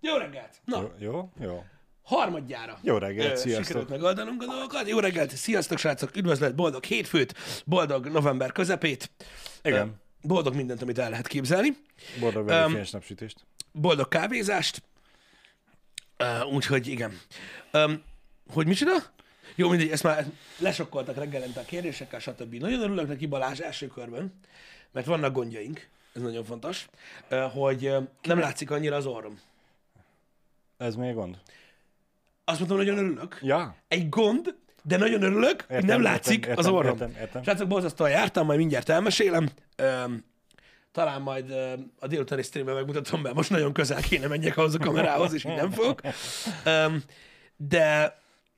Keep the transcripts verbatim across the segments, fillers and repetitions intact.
Jó reggelt! Na, Jó, jó, jó. harmadjára Jó reggelt, ö, sziasztok. sikerült megoldanunk a dolgokat. Jó reggelt, sziasztok srácok, üdvözlet, boldog hétfőt, boldog november közepét. Igen. Ö, boldog mindent, amit el lehet képzelni. Boldog velük um, fényes napsütést. Boldog kávézást. Uh, úgyhogy igen. Um, hogy micsoda? Jó, mindegy, ezt már lesokkoltak reggelente a kérdésekkel, stb. Nagyon örülök neki, Balázs, első körben, mert vannak gondjaink, ez nagyon fontos, uh, hogy uh, nem látszik annyira az orrom. Ez még gond? Azt mondtam, nagyon örülök. Ja. Egy gond, de nagyon örülök, Értem, hogy nem látszik értem, az orrom. Értem, értem. Srácok, borzasztóan jártam, majd mindjárt elmesélem. Öm, talán majd öm, a délutáni streamben megmutatom, mert most nagyon közel kéne menjek ahhoz a kamerához, és így nem fogok. Öm, de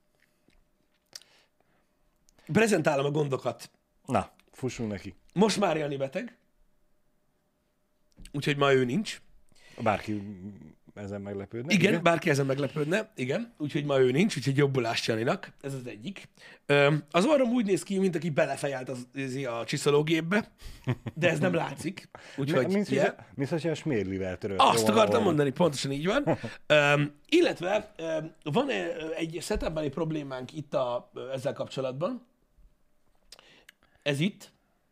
prezentálom a gondokat. Na, fussunk neki. Most már Jani beteg, úgyhogy ma ő nincs. Bárki ezen meglepődne. Igen, igen, bárki ezen meglepődne, igen, úgyhogy ma ő nincs, úgyhogy jobbulást Janinak, ez az egyik. Öm, az orrom úgy néz ki, mint aki belefejelt az, az, a csiszológépbe, de ez nem látszik, úgyhogy... Mint, yeah. hogy, mint hogy a smérlivel törött. Azt akartam mondani, pontosan így van. Öm, illetve öm, van egy setupbeli problémánk itt a, ezzel kapcsolatban. Ez itt.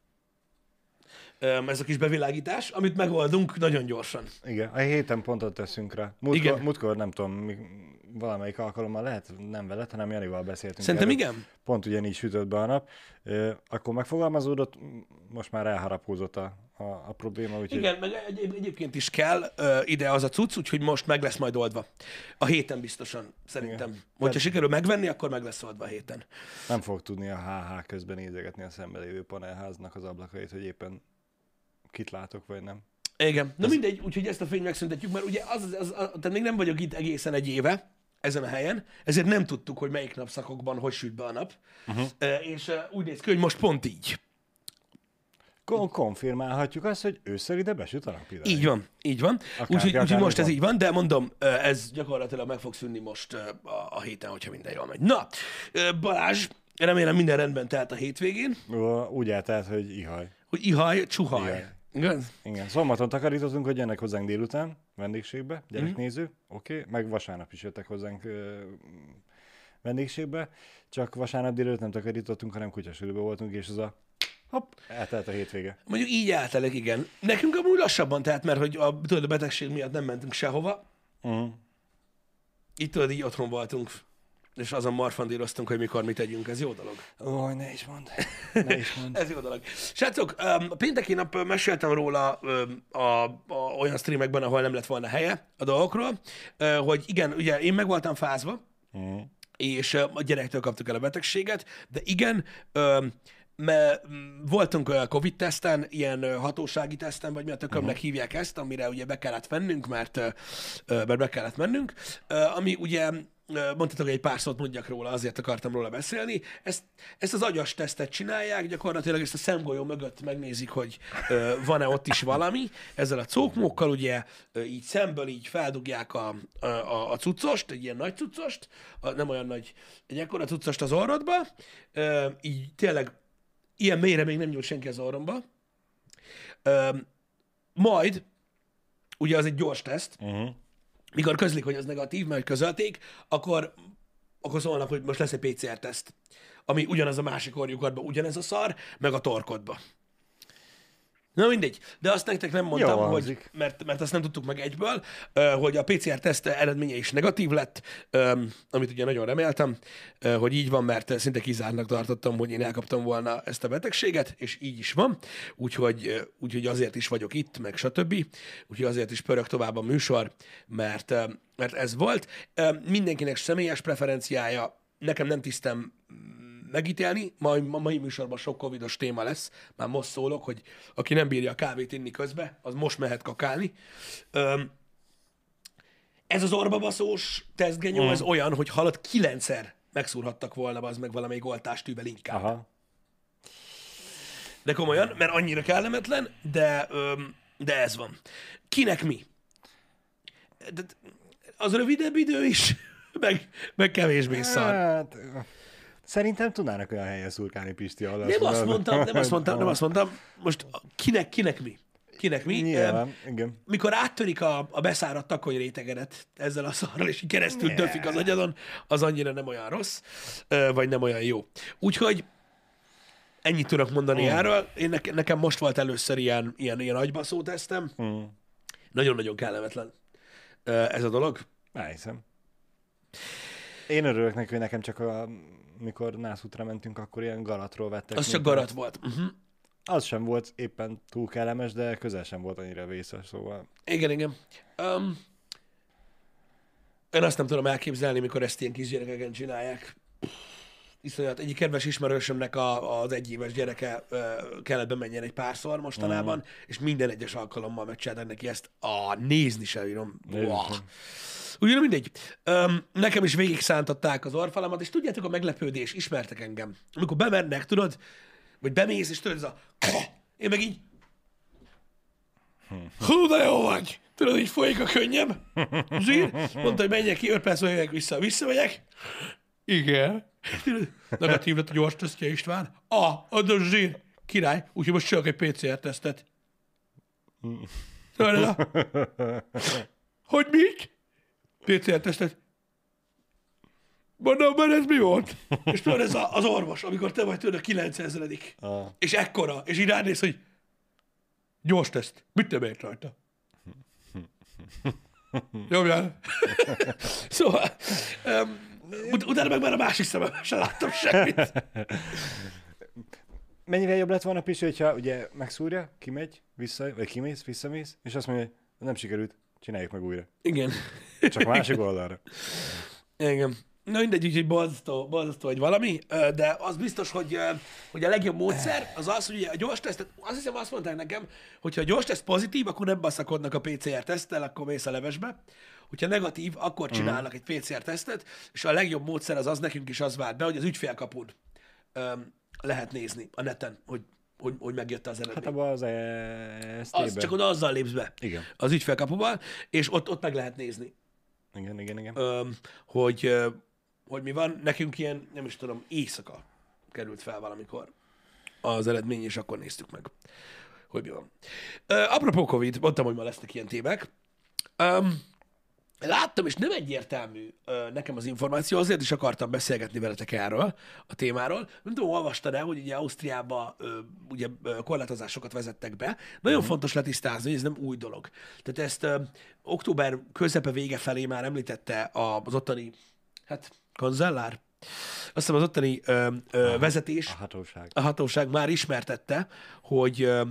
Ez a kis bevilágítás, amit megoldunk nagyon gyorsan. Igen, a héten pontot teszünk rá. Múltkor, Igen. múltkor nem tudom, mi, valamelyik alkalommal lehet, nem veled, hanem Janival beszéltünk. Szerintem erről. igen. Pont ugyanígy sütött be a nap. Akkor megfogalmazódott, most már elharapózott a, a, a probléma. Úgyhogy... Igen, meg egy, egyébként is kell uh, ide az a cucc, úgyhogy most meg lesz majd oldva. A héten biztosan, szerintem. Igen. Hogyha sikerül megvenni, akkor meg lesz oldva a héten. Nem fog tudni a há há közben nézegetni a szembe lévő panelháznak az ablakait, hogy éppen kit látok, vagy nem. Igen. Na ez... mindegy, úgyhogy ezt a fényt megszüntetjük, mert ugye az, az, az, az, tehát még nem vagyok itt egészen egy éve ezen a helyen, ezért nem tudtuk, hogy melyik napszakokban hogy süt be a nap. Uh-huh. Uh, és uh, úgy néz ki, hogy most pont így. Kon- konfirmálhatjuk azt, hogy ősszel ide besüt a nap idáig. Így van, így van. Úgyhogy úgy, most ez így van, de mondom, ez gyakorlatilag meg fog szűnni most a, a héten, hogyha minden jól megy. Na, Balázs, remélem minden rendben telt a hétvégén. Úgy eltelt, hogy ihaj. Hogy ihaj, csuhaj. Ihaj. Igen? Igen. Szombaton takarítottunk, hogy jönnek hozzánk délután vendégségbe, gyereknéző, mm-hmm. oké. Okay. Meg vasárnap is jöttek hozzánk ö, vendégségbe, csak vasárnap délután nem takarítottunk, hanem kutyasülőben voltunk, és az a hopp, eltelt a hétvége. Mondjuk így eltelek, igen. Nekünk amúgy lassabban telt, mert hogy a, tudod, a betegség miatt nem mentünk sehova. Mm. Itt tudod, így otthon voltunk, és azon marfandíroztunk, hogy mikor mit tegyünk. Ez jó dolog. Ó, ne is mondd. Ne is mondd. Ez jó dolog. Srácok, a pénteki nap meséltem róla a, a, a, olyan streamekben, ahol nem lett volna helye a dolgokról, hogy igen, ugye én meg voltam fázva, mm. és a gyerektől kaptuk el a betegséget, de igen, mert voltunk Covid-teszten, ilyen hatósági teszten, vagy mi a tökömnek uh-huh. hívják ezt, amire ugye be kellett mennünk, mert, mert be kellett mennünk, ami ugye, mondhatok, egy pár szót mondjak róla, azért akartam róla beszélni. Ezt, ezt az agyas tesztet csinálják, gyakorlatilag ezt a szemgolyó mögött megnézik, hogy van-e ott is valami. Ezzel a cókmókkal ugye így szemből így feldugják a, a, a cuccost, egy ilyen nagy cuccost, nem olyan nagy, egy ekkora cuccost az orrodba, így tényleg ilyen mélyre még nem nyúl senki az orromba. Üm, majd, ugye az egy gyors teszt, uh-huh. mikor közlik, hogy az negatív, mert közölték, akkor, akkor szólnak, hogy most lesz egy pé cé er-teszt, ami ugyanaz a másik orjukadban, ugyanez a szar, meg a torkodba. Na mindegy, de azt nektek nem mondtam, hogy, mert, mert azt nem tudtuk meg egyből, hogy a pé cé er-teszt eredménye is negatív lett, amit ugye nagyon reméltem, hogy így van, mert szinte kizártnak tartottam, hogy én elkaptam volna ezt a betegséget, és így is van, úgyhogy, úgyhogy azért is vagyok itt, meg stb. Úgyhogy azért is pörög tovább a műsor, mert, mert ez volt. Mindenkinek személyes preferenciája, nekem nem tisztem megítélni, majd a mai műsorban sok covidos téma lesz, már most szólok, hogy aki nem bírja a kávét inni közbe, az most mehet kakálni. Öm, ez az orbabaszós tesztgenyó, mm. ez olyan, hogy halott kilencszer megszúrhattak volna az meg valamelyik oltástűvel inkább. Aha. De komolyan, mert annyira kellemetlen, de, öm, de ez van. Kinek mi? De az rövidebb idő is, meg, meg kevésbé szar. Hát... Szerintem tudnának olyan helyen szurkálni, Pisti, ahol nem azt mondtam, nem azt mondtam, nem azt mondtam. Most kinek, kinek mi? kinek mi. Nyilván, igen. Mikor áttörik a, a beszáradt takony rétegedet ezzel a szarral, és így keresztül Yeah. döfik az agyadon, az annyira nem olyan rossz, ö, vagy nem olyan jó. Úgyhogy ennyit tudok mondani Mm. erről. Én ne, nekem most volt először ilyen, ilyen, ilyen agybaszó tesztem. Mm. Nagyon-nagyon kellemetlen ö, ez a dolog. Elhiszem. Én örülök neki, hogy nekem csak a, mikor nászútra mentünk, akkor ilyen garatról vettek. Az csak minket. garat volt. Uh-huh. Az sem volt éppen túl kellemes, de közel sem volt annyira vészes, szóval... Igen, igen. Um, én azt nem tudom elképzelni, mikor ezt ilyen kisgyerekeken csinálják. Iszonyat. Egyik kedves ismerősömnek a, az egyéves gyereke ö, kellett bemenjen egy párszor mostanában, mm. és minden egyes alkalommal megcsinálták neki ezt. A nézni sem bírom. Ugye mindegy. Um, nekem is végig szántották az orfalamat, és tudjátok a meglepődés, ismertek engem. Amikor bemennek, tudod, vagy bemész, és tudod, ez a... Én meg így... Hú, de jó vagy! Tudod, így folyik a könnyem. Zsír. Mondta, hogy menjek ki, öt perc megyek vissza. Visszamegyek. Igen. Tudod, negatív lett a gyors tesztje István. Ah, az a zsír. Király. Úgyhogy most csak egy pé cé er tesztet. Tudod, hogy mik? pé cé er tesztet. Mondom, mert ez mi volt? És tudod, ez a, az orvos, amikor te vagy tudod a kilencezredik. Ah. És ekkora. És így ránéz, hogy gyors teszt. Mit te ért rajta? Nyomjál. Szóval, um, ut- utána meg már a másik szemem sem láttam semmit. Mennyivel jobb lett volna, Pisi, hogyha ugye megszúrja, kimegy, vissza, vagy kimész, visszamész, és azt mondja, hogy nem sikerült, csináljuk meg újra. Igen. Csak a másik oldalra. Igen. Na mindegy, úgyhogy borzasztó, borzasztó, hogy valami, de az biztos, hogy, hogy a legjobb módszer az az, hogy ugye a gyors tesztet, azt hiszem azt mondták nekem, hogyha a gyors teszt pozitív, akkor nem baszakodnak a pé cé er teszttel, akkor mész a levesbe. Hogyha negatív, akkor csinálnak egy pé cé er tesztet, és a legjobb módszer az az, nekünk is az vált be, hogy az ügyfélkapun um, lehet nézni a neten, hogy, hogy, hogy megjött az eredmény. Hát abban az e es té-ben. Az, csak oda azzal lépsz be. Igen. Az ügyfélkapuval, és ott, ott meg lehet nézni. Igen, igen, igen. Öm, hogy, hogy mi van. Nekünk ilyen, nem is tudom, éjszaka került fel valamikor az eredmény, és akkor néztük meg, hogy mi van. Ö, apropó Covid, mondtam, hogy ma lesznek ilyen témák. Öm, láttam, és nem egyértelmű ö, nekem az információ, azért is akartam beszélgetni veletek erről, a témáról. Nem tudom, olvastad el, hogy ugye Ausztriába ö, ugye, ö, korlátozásokat vezettek be. Nagyon mm. fontos letisztázni, hogy ez nem új dolog. Tehát ezt ö, október közepe vége felé már említette az ottani, hát, kanzellár? Azt hiszem az ottani ö, ö, vezetés, A hatóság. a hatóság már ismertette, hogy, ö,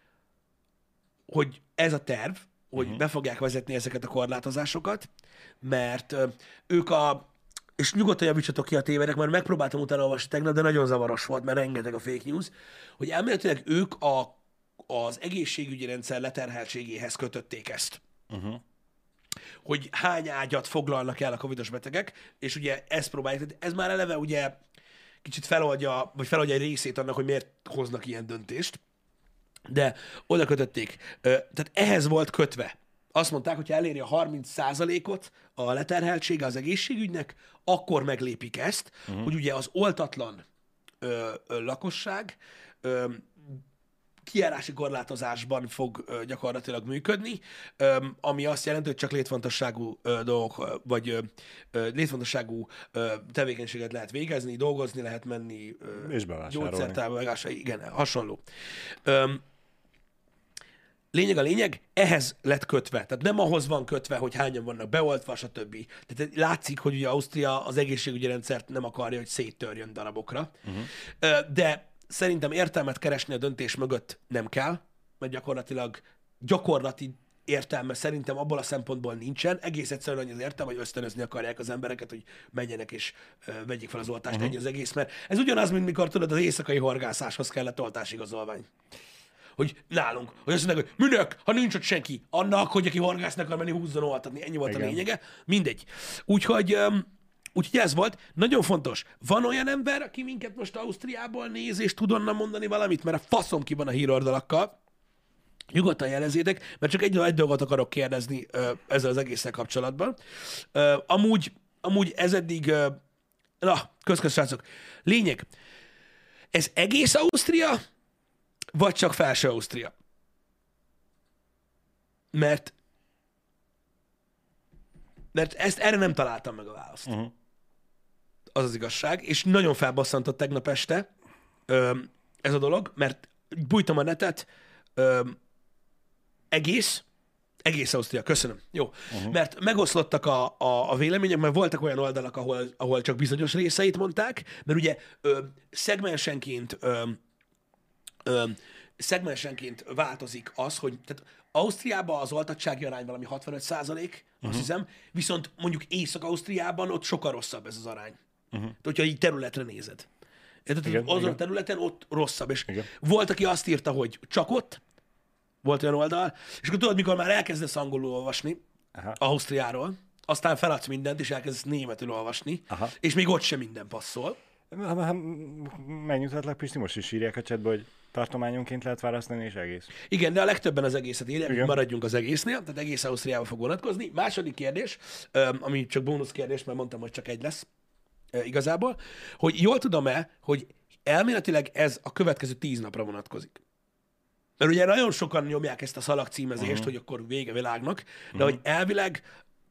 hogy ez a terv, hogy uh-huh. be fogják vezetni ezeket a korlátozásokat, mert ö, ők a, és nyugodtan javítsatok ki a tévedek, mert megpróbáltam utána olvasni tegnap, de nagyon zavaros volt, mert rengeteg a fake news, hogy elméletileg ők a, az egészségügyi rendszer leterheltségéhez kötötték ezt. Uh-huh. Hogy hány ágyat foglalnak el a covidos betegek, és ugye ezt próbálják, tehát ez már eleve ugye kicsit feloldja, vagy feloldja egy részét annak, hogy miért hoznak ilyen döntést, de oda kötötték. Tehát ehhez volt kötve. Azt mondták, hogy ha eléri a harminc százalékot a leterheltsége az egészségügynek, akkor meglépik ezt, uh-huh. hogy ugye az oltatlan ö, ö, lakosság ö, kijárási korlátozásban fog ö, gyakorlatilag működni, ö, ami azt jelenti, hogy csak létfontosságú ö, dolgok, vagy ö, ö, létfontosságú ö, tevékenységet lehet végezni, dolgozni lehet menni, ö, és bevásárolni. gyógyszertárba, megásai, igen, hasonló. Ö, lényeg a lényeg, ehhez lett kötve. Tehát nem ahhoz van kötve, hogy hányan vannak beoltva, stb. Tehát látszik, hogy ugye Ausztria az egészségügyi rendszert nem akarja, hogy széttörjön darabokra. Uh-huh. Ö, de szerintem értelmet keresni a döntés mögött nem kell, mert gyakorlatilag gyakorlati értelme szerintem abból a szempontból nincsen. Egész egyszerűen annyi az értelme, hogy ösztönözni akarják az embereket, hogy menjenek és ö, vegyék fel az oltást, uh-huh. ennyi az egész. Mert ez ugyanaz, mint mikor tudod, az éjszakai horgászáshoz kellett oltásigazolvány. Hogy nálunk, hogy azt mondják, hogy minek, ha nincs ott senki, annak, hogy aki horgásznak akar menni, húzzon oltatni. Ennyi volt Igen. a lényege. Mindegy. Úgyhogy... Um, Úgyhogy ez volt. Nagyon fontos. Van olyan ember, aki minket most Ausztriából néz, és tud onnan mondani valamit, mert a faszom ki van a híroldalakkal. Nyugodtan jelezzétek, mert csak egy, egy dolgot akarok kérdezni ö, ezzel az egésszel kapcsolatban. Ö, amúgy, amúgy ez eddig... Ö, na, köszönöm, srácok. Lényeg. Ez egész Ausztria, vagy csak felső Ausztria? mert mert ezt erre nem találtam meg a választ. Uh-huh. Az az igazság, és nagyon felbasszantott tegnap este ö, ez a dolog, mert bújtam a netet, ö, egész, egész Ausztria, köszönöm, jó, uh-huh. mert megoszlottak a, a, a vélemények, mert voltak olyan oldalak, ahol, ahol csak bizonyos részeit mondták, mert ugye ö, szegmensenként ö, ö, szegmensenként változik az, hogy tehát Ausztriában az oltadtsági arány valami hatvanöt százalék, uh-huh. azt hiszem, viszont mondjuk Észak-Ausztriában ott sokkal rosszabb ez az arány. Uh-huh. Tehát, hogyha így területre nézed. Tehát igen, azon igen. a területen ott rosszabb. És igen. volt, aki azt írta, hogy csak ott, volt olyan oldal, és akkor tudod, mikor már elkezdesz angolul olvasni, aha. Ausztriáról, aztán feladsz mindent, és elkezdesz németül olvasni, aha. és még ott sem minden passzol. Megnyugtatlak, Pisti, most is írják a chatbe, hogy tartományonként lehet választani, és egész. Igen, de a legtöbben az egészet írják, maradjunk az egésznél, tehát egész Ausztriába fog vonatkozni. Második kérdés, ami csak bónusz kérdés, mert mondtam, hogy csak egy lesz igazából, hogy jól tudom-e, hogy elméletileg ez a következő tíz napra vonatkozik. Mert ugye nagyon sokan nyomják ezt a szalagcímezést, uh-huh. hogy akkor vége világnak, de uh-huh. hogy elvileg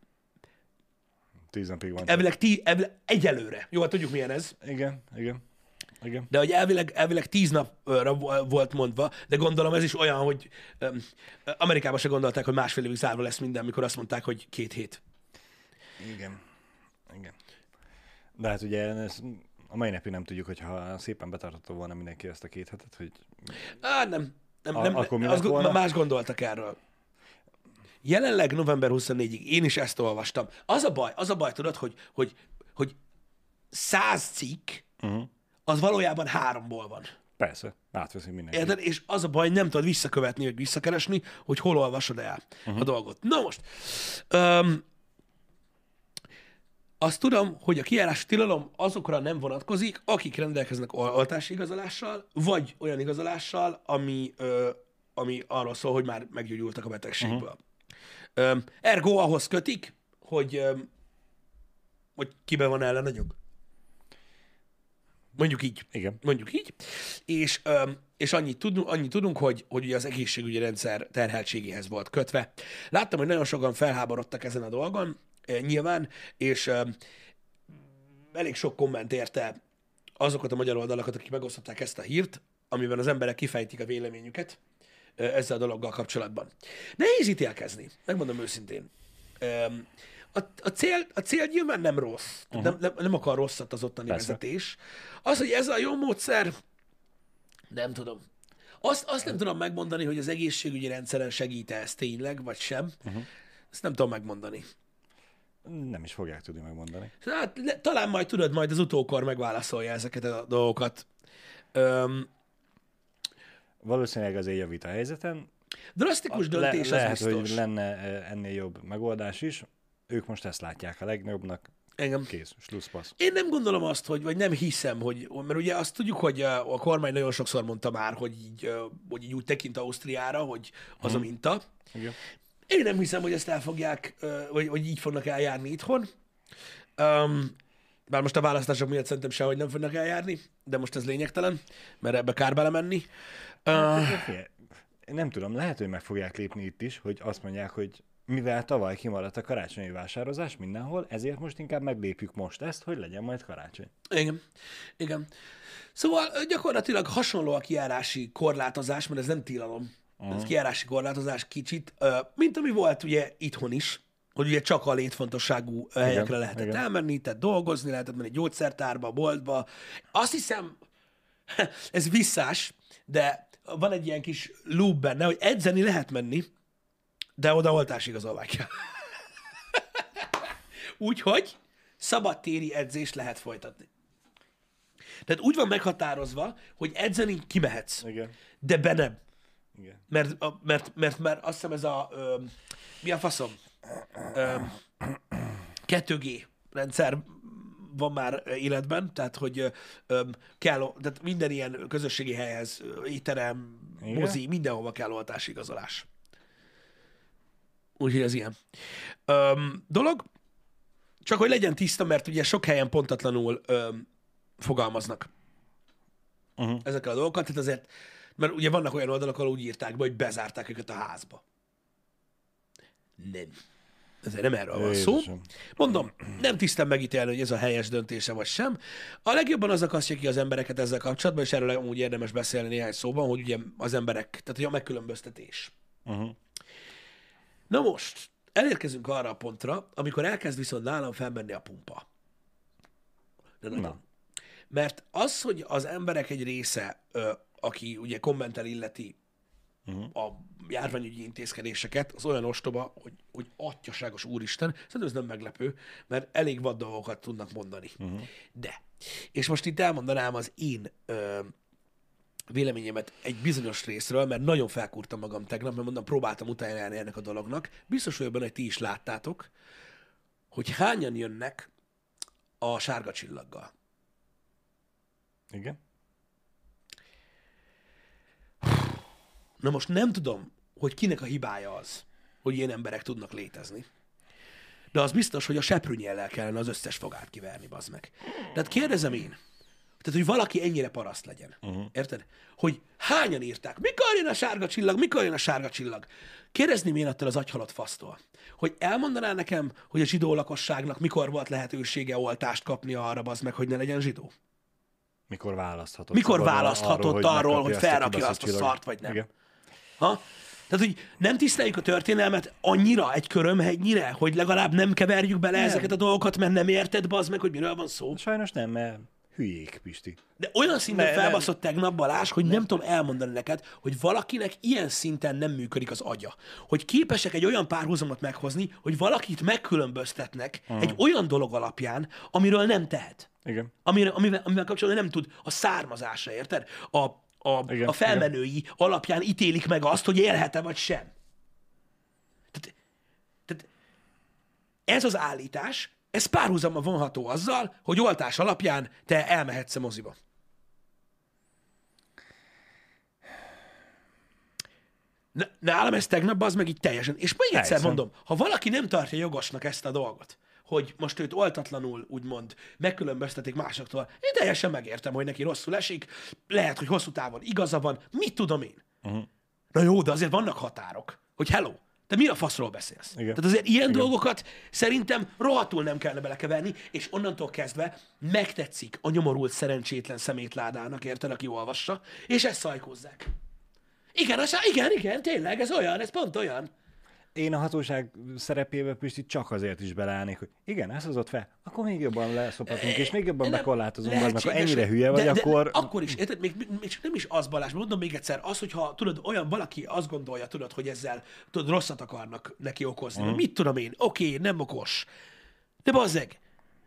tíz napig van. Elvileg, tí, elvileg egyelőre. Jó, hát tudjuk milyen ez. Igen, igen. Igen. De hogy elvileg, elvileg tíz napra volt mondva, de gondolom ez is olyan, hogy um, Amerikában se gondolták, hogy másfél évig zárva lesz minden, mikor azt mondták, hogy két hét. Igen. Igen. De hát ugye ez, a mai napig nem tudjuk, hogyha szépen betartható volna mindenki ezt a két hetet, hogy... Á, nem. nem, a, nem az, más gondoltak erről. Jelenleg november huszonnégyedikéig én is ezt olvastam. Az a baj, az a baj, tudod, hogy, hogy, hogy száz cikk, uh-huh. az valójában háromból van. Persze, átveszi mindenki. Érted? És az a baj, nem tudod visszakövetni, vagy visszakeresni, hogy hol olvasod el uh-huh. a dolgot. Na most, um, azt tudom, hogy a kijárási tilalom azokra nem vonatkozik, akik rendelkeznek oltási igazolással, vagy olyan igazolással, ami, ö, ami arról szól, hogy már meggyógyultak a betegségből. Uh-huh. Um, ergo ahhoz kötik, hogy, um, hogy kiben van ellenanyag. Mondjuk így. Igen. Mondjuk így. És, um, és annyit, tudunk, annyit tudunk, hogy, hogy ugye az egészségügyi rendszer terheltségéhez volt kötve. Láttam, hogy nagyon sokan felháborodtak ezen a dolgon, eh, nyilván, és um, elég sok komment érte azokat a magyar oldalakat, akik megosztották ezt a hírt, amiben az emberek kifejtik a véleményüket ezzel a dologgal kapcsolatban. Nehéz ítélkezni, megmondom őszintén. A, a, cél, a cél nyilván nem rossz, uh-huh. nem, nem, nem akar rosszat az ottani Persze. vezetés. Az, hogy ez a jó módszer, nem tudom. Azt, azt nem tudom megmondani, hogy az egészségügyi rendszeren segít-e ez tényleg, vagy sem. Uh-huh. Ezt nem tudom megmondani. Nem is fogják tudni megmondani. Hát, le, talán majd tudod, majd az utókor megválaszolja ezeket a dolgokat. Öm, Valószínűleg azért javít a helyzeten. Drasztikus a, döntés, le, az lehet, biztos. hogy lenne ennél jobb megoldás is. Ők most ezt látják a legnagyobbnak. Engem. Kész, slusszpassz. Én nem gondolom azt, hogy, vagy nem hiszem, hogy, mert ugye azt tudjuk, hogy a, a kormány nagyon sokszor mondta már, hogy így, hogy így úgy tekint Ausztriára, hogy az hmm. a minta. Igen. Én nem hiszem, hogy ezt elfogják, vagy, vagy így fognak eljárni itthon. Um, bár most a választások miatt szerintem sehogy nem fognak eljárni, de most ez lényegtelen, mert ebbe kár belemenni. Uh, nem tudom, lehet, hogy meg fogják lépni itt is, hogy azt mondják, hogy mivel tavaly kimaradt a karácsonyi vásározás mindenhol, ezért most inkább meglépjük most ezt, hogy legyen majd karácsony. Igen, igen. Szóval gyakorlatilag hasonló a kijárási korlátozás, mert ez nem tilalom. Uh-huh. Ez kijárási korlátozás kicsit, mint ami volt ugye itthon is, hogy ugye csak a létfontosságú helyekre igen, lehetett igen. elmenni, tehát dolgozni, lehetett menni gyógyszertárba, boltba. Azt hiszem, ez visszás, de van egy ilyen kis loop benne, hogy edzeni lehet menni, de oda oltásigazolvány kell. Úgyhogy szabadtéri edzést lehet folytatni. Tehát úgy van meghatározva, hogy edzeni kimehetsz, igen. de be nem. Igen. Mert, mert, mert, mert azt hiszem ez a, ö, mi a faszom? Ö, kettő G rendszer van már életben, tehát hogy ö, kell, tehát minden ilyen közösségi helyhez, étterem, igen. mozi, mindenhova kell oltásigazolás. Úgyhogy ez ilyen öm, dolog. Csak hogy legyen tiszta, mert ugye sok helyen pontatlanul öm, fogalmaznak uh-huh. ezekkel a dolgokat, tehát azért, mert ugye vannak olyan oldalak, ahol úgy írták be, hogy bezárták őket a házba. Nem. Ezért nem erről van szó. Jézusom. Mondom, nem tisztem megítélni, hogy ez a helyes döntése vagy sem. A legjobban az akasztja ki az embereket ezzel kapcsolatban, és erről amúgy érdemes beszélni néhány szóban, hogy ugye az emberek, tehát hogy a megkülönböztetés. Uh-huh. Na most, elérkezünk arra a pontra, amikor elkezd viszont nálam felmenni a pumpa. De nagyon. Na. Mert az, hogy az emberek egy része, ö, aki ugye kommentel illeti uh-huh. a járványügyi intézkedéseket, az olyan ostoba, hogy, hogy atyaságos úristen, szerintem ez nem meglepő, mert elég vad dolgokat tudnak mondani. Uh-huh. De, és most itt elmondanám az én ö, véleményemet egy bizonyos részről, mert nagyon felkúrtam magam tegnap, mert mondom, próbáltam utána járni ennek a dolognak. Biztos vagyok benne, hogy ti is láttátok, hogy hányan jönnek a sárga csillaggal. Igen. Na most nem tudom, hogy kinek a hibája az, hogy ilyen emberek tudnak létezni. De az biztos, hogy a seprűnyellel kellene az összes fogát kiverni, bazd meg. Tehát kérdezem én, tehát, hogy valaki ennyire paraszt legyen. Uh-huh. Érted? Hogy hányan írták, mikor jön a sárga csillag, mikor jön a sárga csillag. Kérdezném én attól az agyhalott fasztól, hogy elmondaná nekem, hogy a zsidó lakosságnak mikor volt lehetősége oltást kapni arra, bazd meg, hogy ne legyen zsidó? Mikor választhatott? Mikor választhatott arról, arról hogy felrakja azt a szart, vagy nem? Igen. Ha? Tehát, hogy nem tiszteljük a történelmet annyira, egy körömhegynyire, hogy legalább nem keverjük bele nem. ezeket a dolgokat, mert nem érted, bazd meg, hogy miről van szó. Sajnos nem, mert hülyék, Pisti. De olyan szinten ne, felbaszott nem. tegnap Balázs, hogy nem. nem tudom elmondani neked, hogy valakinek ilyen szinten nem működik az agya. Hogy képesek egy olyan párhuzamot meghozni, hogy valakit megkülönböztetnek uh-huh. egy olyan dolog alapján, amiről nem tehet. Igen. Amivel, amivel, amivel kapcsolatban nem tud a származása, érted? A, a, igen, a felmenői igen. alapján ítélik meg azt, hogy élhet-e vagy sem. Tehát, tehát ez az állítás, ez párhuzamban vonható azzal, hogy oltás alapján te elmehetsz a moziba. Nálam ez tegnap, az meg így teljesen. És még egyszer Helyszem. mondom, ha valaki nem tartja jogosnak ezt a dolgot, hogy most őt oltatlanul, úgymond, megkülönböztetik másoktól, én teljesen megértem, hogy neki rosszul esik, lehet, hogy hosszú távon igaza van, mit tudom én. Uh-huh. Na jó, de azért vannak határok, hogy hello, te mi a faszról beszélsz? Igen. Tehát azért ilyen Igen. dolgokat szerintem rohadtul nem kellene belekeverni, és onnantól kezdve megtetszik a nyomorult szerencsétlen szemétládának, érted, aki olvassa, és ezt szajkózzák. Igen, az, igen, igen, tényleg, ez olyan, ez pont olyan. Én a hatóság szerepébe Pisti csak azért is beleállnék, hogy igen, ezt hozott fel, akkor még jobban leszophatunk, és még jobban bekorlátozunk, mert ha ennyire hülye vagy, de, de, akkor... akkor is, érted, még, még csak nem is az, Balázs, mondom még egyszer, az, hogyha tudod, olyan valaki azt gondolja, tudod, hogy ezzel tudod, rosszat akarnak neki okozni, uh-huh. mit tudom én, oké, nem okos, de bazzeg,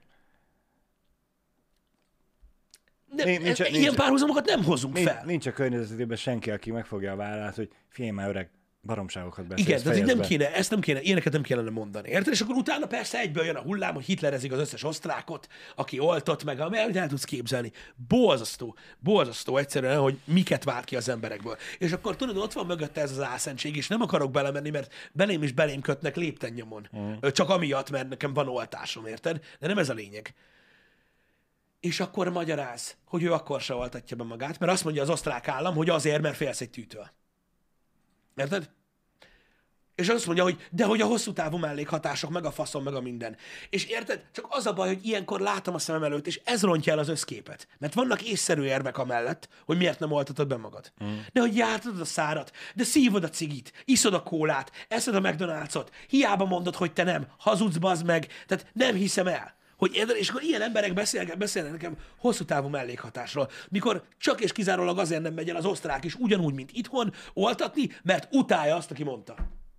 nem, nincs, nincs, ilyen nincs, párhuzamokat nem hozunk nincs, fel. Nincs a környezetében senki, aki megfogja a vállát, hogy figyelj már öreg, baromságokat beszélsz. Igen, de nem kéne, ezt nem kéne, ilyeneket nem kellene mondani. Érted? És akkor utána persze egyből jön a hullám, hogy hitlerezik az összes osztrákot, aki oltott meg, amit el tudsz képzelni. Borzasztó, borzasztó egyszerűen, hogy miket vált ki az emberekből. És akkor tudod, ott van mögötte ez az álszentség, és nem akarok belemenni, mert belém is belém kötnek lépten nyomon. Mm. Csak amiatt, mert nekem van oltásom, érted? De nem ez a lényeg. És akkor magyaráz, hogy ő akkor se oltatja be magát, mert azt mondja az osztrák állam, hogy azért, mert félsz egy tűtől. Érted? És azt mondja, hogy de hogy a hosszú távú mellékhatások, meg a faszom, meg a minden. És érted? Csak az a baj, hogy ilyenkor látom a szemem előtt, és ez rontja el az összképet. Mert vannak észszerű érvek amellett, hogy miért nem oltatod be magad. Mm. De hogy jártad a szárat, de szívod a cigit, iszod a kólát, eszed a McDonald's-ot, hiába mondod, hogy te nem, hazudsz, bazd meg, tehát nem hiszem el. Hogy, és akkor ilyen emberek beszélnek, beszélnek nekem hosszú távú mellékhatásról, mikor csak és kizárólag azért nem megy el az osztrák is ugyanúgy, mint itthon oltatni, mert utálja azt, aki mondta.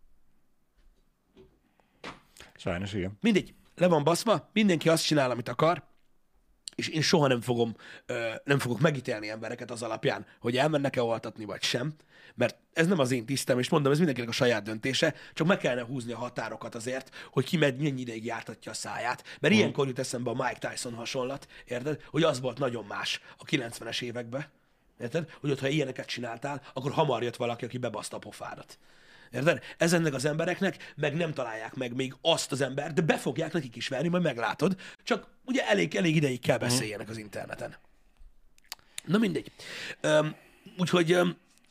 Sajnos, igen. Mindegy, le van baszva, mindenki azt csinál, amit akar, és én soha nem fogom, nem fogok megítélni embereket az alapján, hogy elmennek-e oltatni, vagy sem, mert ez nem az én tisztem, és mondom, ez mindenkinek a saját döntése, csak meg kellene húzni a határokat azért, hogy ki mennyi ideig jártatja a száját. Mert mm. ilyenkor jut eszembe a Mike Tyson hasonlat, érted? Hogy az volt nagyon más a kilencvenes években, érted? Hogy ott, ha ilyeneket csináltál, akkor hamar jött valaki, aki bebaszta a pofádat. Érted? Ezennek az embereknek meg nem találják meg még azt az embert, de be fogják nekik is verni, majd meglátod. Csak ugye elég, elég ideig kell beszéljenek az interneten. Na mindegy. Um, úgyhogy um,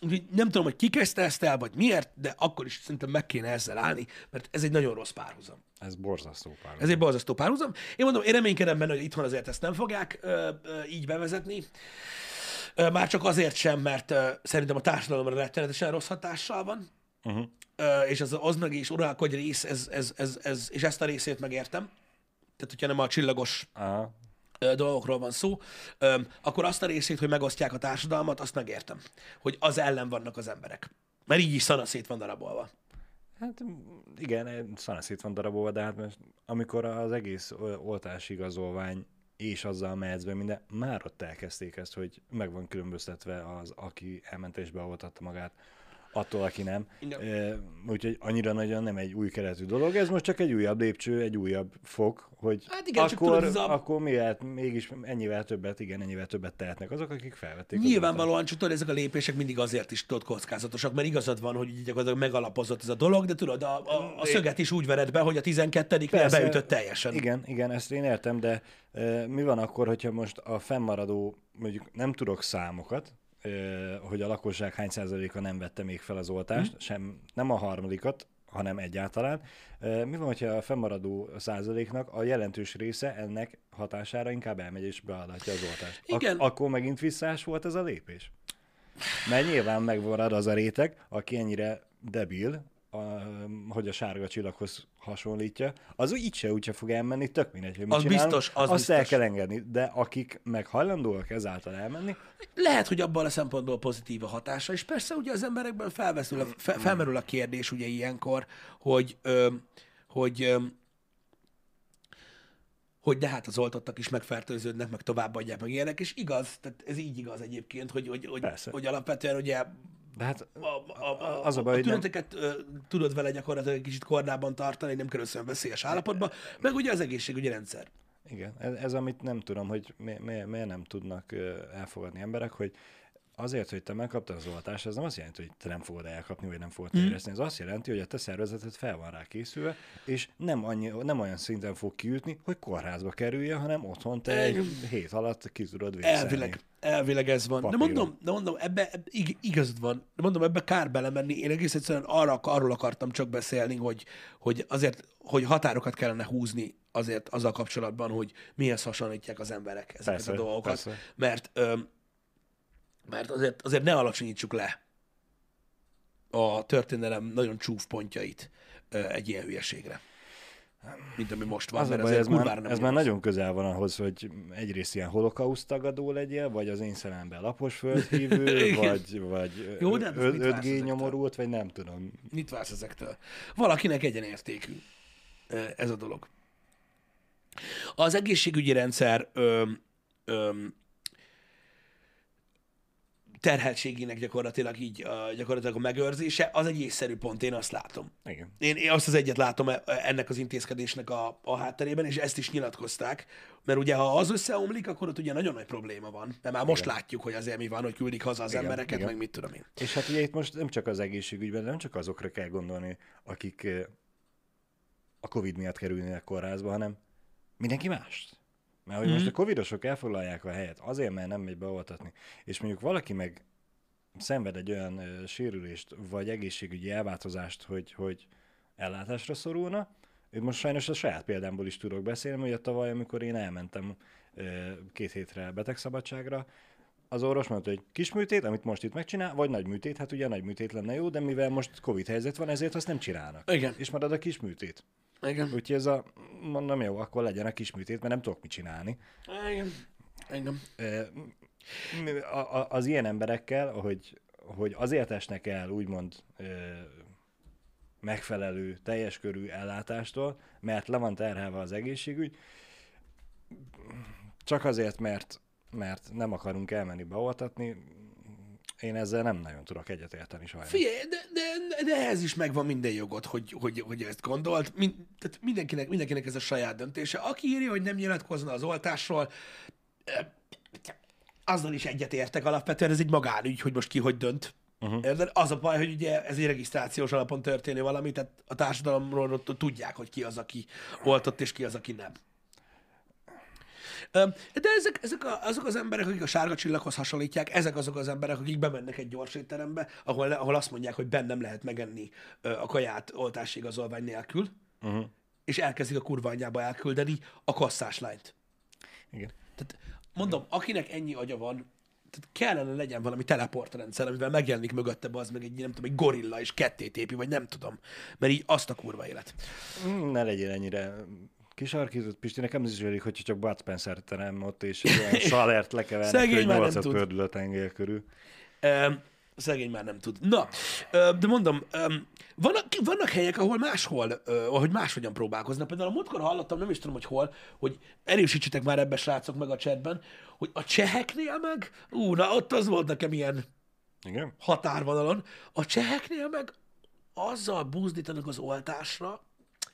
Úgyhogy nem tudom, hogy ki kezdte ezt el, vagy miért, de akkor is szerintem meg kéne ezzel állni, mert ez egy nagyon rossz párhuzam. Ez borzasztó párhuzam. Ez egy borzasztó párhuzam. Én mondom, én reménykedem benne, hogy itthon azért ezt nem fogják ö, ö, így bevezetni. Ö, már csak azért sem, mert ö, szerintem a társadalomra rettenetesen rossz hatással van. Uh-huh. Ö, és az az meg és uralkodj rész, ez, ez, ez, ez, és ezt a részét megértem. Tehát, hogyha nem a csillagos Aha. ö, dolgokról van szó, ö, akkor azt a részét, hogy megosztják a társadalmat, azt megértem. Hogy az ellen vannak az emberek. Mert így is szanaszét van darabolva. Hát igen, szanaszét van darabolva, de hát most, amikor az egész ö, oltási igazolvány és azzal mehetsz be minden, már ott elkezdték ezt, hogy meg van különböztetve az, aki elment és beoltatta magát, attól, aki nem. E, úgyhogy annyira nagyon nem egy új keretű dolog, ez most csak egy újabb lépcső, egy újabb fok, hogy hát igen, akkor, tudod, a... akkor miért mégis ennyivel többet, igen, ennyivel többet tehetnek azok, akik felvették. Nyilvánvalóan csak tudod, ezek a lépések mindig azért is tudod kockázatosak, mert igazad van, hogy így gyakorlatilag megalapozott ez a dolog, de tudod, a, a, a szöget is úgy vered be, hogy a tizenkettedik beütött teljesen. Igen, igen, ezt én értem, de e, mi van akkor, hogyha most a fennmaradó, mondjuk nem tudok számokat, hogy a lakosság hány százaléka nem vette még fel az oltást, mm. sem nem a harmadikat, hanem egyáltalán. Mi van, hogyha a fennmaradó százaléknak a jelentős része ennek hatására inkább elmegy és beadatja az oltást? Igen. Ak- akkor megint visszás volt ez a lépés? Mert nyilván megmarad az a réteg, aki ennyire debil, a, hogy a sárga csillaghoz hasonlítja, az így se úgyse fog elmenni, tök mindegy, hogy mit az csinálunk, biztos, az azt biztos. el kell engedni, de akik meg hajlandóak ezáltal elmenni, lehet, hogy abban a szempontból pozitív a hatása, és persze ugye az emberekben felveszül a, fe, felmerül a kérdés ugye ilyenkor, hogy, ö, hogy, ö, hogy de hát az oltottak is megfertőződnek, meg továbbadják, meg ilyenek, és igaz, tehát ez így igaz egyébként, hogy, hogy, hogy, hogy alapvetően ugye de hát a, a, a, az a baj, a tüneteket nem... tudod vele gyakorlatilag egy kicsit kordában tartani, nem kerülsz olyan veszélyes állapotba, meg ugye az egészségügyi rendszer. Igen, ez, ez amit nem tudom, hogy mi, mi, miért nem tudnak elfogadni emberek, hogy azért, hogy te megkaptad az oltást, ez nem azt jelenti, hogy te nem fogod elkapni, vagy nem fogod Mm. érezni. Ez azt jelenti, hogy a te szervezeted fel van rá készülve, és nem, annyi, nem olyan szinten fog kiütni, hogy kórházba kerülje, hanem otthon te egy hét alatt ki tudod vészelni. Elvileg, elvileg ez van. De mondom, de mondom, ebbe, ebbe ig- igazad van. De mondom, ebbe kár belemenni. Én egész egyszerűen arra, arról akartam csak beszélni, hogy, hogy azért, hogy határokat kellene húzni azért azzal kapcsolatban, hogy mihez hasonlítják az emberek ezeket Persze, a dolgokat. persze. Mert, öm, mert azért, azért ne alacsonyítsuk le a történelem nagyon csúf pontjait ö, egy ilyen hülyeségre. Mint ami most van, Az mert a baj, azért ez, kurvára már, nem ez igaz. már nagyon közel van ahhoz, hogy egyrészt ilyen holokauszt tagadó legyél, vagy az én szememben lapos földhívő, Igen. vagy, vagy Jó, de hát ezt mit vársz öt G ezektől? nyomorult, vagy nem tudom. Mit vársz ezektől? Valakinek egyenértékű ö, ez a dolog. Az egészségügyi rendszer ö, ö, terheltségének gyakorlatilag így a, gyakorlatilag a megőrzése, az egy észszerű pont, én azt látom. Igen. Én, én azt az egyet látom e- ennek az intézkedésnek a, a hátterében, és ezt is nyilatkozták, mert ugye ha az összeomlik, akkor ott ugye nagyon nagy probléma van, mert már most Igen. látjuk, hogy azért mi van, hogy küldik haza az Igen, embereket, igen. meg mit tudom én. És hát ugye itt most nem csak az egészségügyben, nem csak azokra kell gondolni, akik eh, a Covid miatt kerülnének kórházba, hanem mindenki mást. Mert hogy Mhm. most a covidosok elfoglalják a helyet azért, mert nem megy beoltatni, és mondjuk valaki meg szenved egy olyan ö, sérülést, vagy egészségügyi elváltozást, hogy, hogy ellátásra szorulna. Én most sajnos a saját példámból is tudok beszélni, hogy a tavaly, amikor én elmentem ö, két hétre betegszabadságra, az orvos mondta, hogy kis műtét, amit most itt megcsinál, vagy nagy műtét, hát ugye nagy műtét lenne jó, de mivel most Covid helyzet van, ezért azt nem csinálnak. Igen. És marad a kis műtét. Igen. Úgyhogy ez a, mondom, jó, akkor legyen a kis műtét, mert nem tudok mit csinálni. Igen. Igen. Ö, mi- a- a- az ilyen emberekkel, hogy, hogy azért esnek el úgymond ö, megfelelő, teljes körű ellátástól, mert le van terhelve az egészségügy, csak azért, mert, mert nem akarunk elmenni beoltatni, én ezzel nem nagyon tudok egyetérteni sajnos. Figyelj, de, de, de ehhez is megvan minden jogot, hogy, hogy, hogy ezt gondolt. Mind, tehát mindenkinek, mindenkinek ez a saját döntése. Aki írja, hogy nem nyilatkozna az oltásról, eh, azzal is egyetértek alapvetően, ez egy magánügy, hogy most ki hogy dönt. Uh-huh. Érted? Az a baj, hogy ugye ez egy regisztrációs alapon történő valami, tehát a társadalomról ott tudják, hogy ki az, aki oltott, és ki az, aki nem. Öm, De ezek, ezek a, azok az emberek, akik a sárga csillaghoz hasonlítják, ezek azok az emberek, akik bemennek egy gyors étterembe, ahol, ahol azt mondják, hogy bennem lehet megenni ö, a kaját oltási igazolvány nélkül, Uh-huh. és elkezdik a kurva anyjába elküldeni a kasszás lányt. Igen. Tehát mondom, akinek ennyi agya van, tehát kellene legyen valami teleportrendszer, amivel megjelenik mögötte az meg egy, nem tudom, egy gorilla, és ketté tépi, vagy nem tudom. Mert így azt a kurva élet. Mm, Ne legyél ennyire kisarkított, Pisti, nekem az is elég, hogyha csak Bud Spencer terem ott, és egy olyan salert lekevernek, Szegény hogy már nem nyolcat tud. pördül a tenger körül. Um, szegény már nem tud. Na, ö, de mondom, um, vannak, vannak helyek, ahol máshol, uh, ahogy máshogyan próbálkoznak. Például a múltkor hallottam, nem is tudom, hogy hol, hogy erősítsetek már ebbe, srácok, meg a chatben, hogy a cseheknél meg, ú, na ott az volt nekem ilyen Igen? határvonalon, a cseheknél meg azzal buzdítanak az oltásra,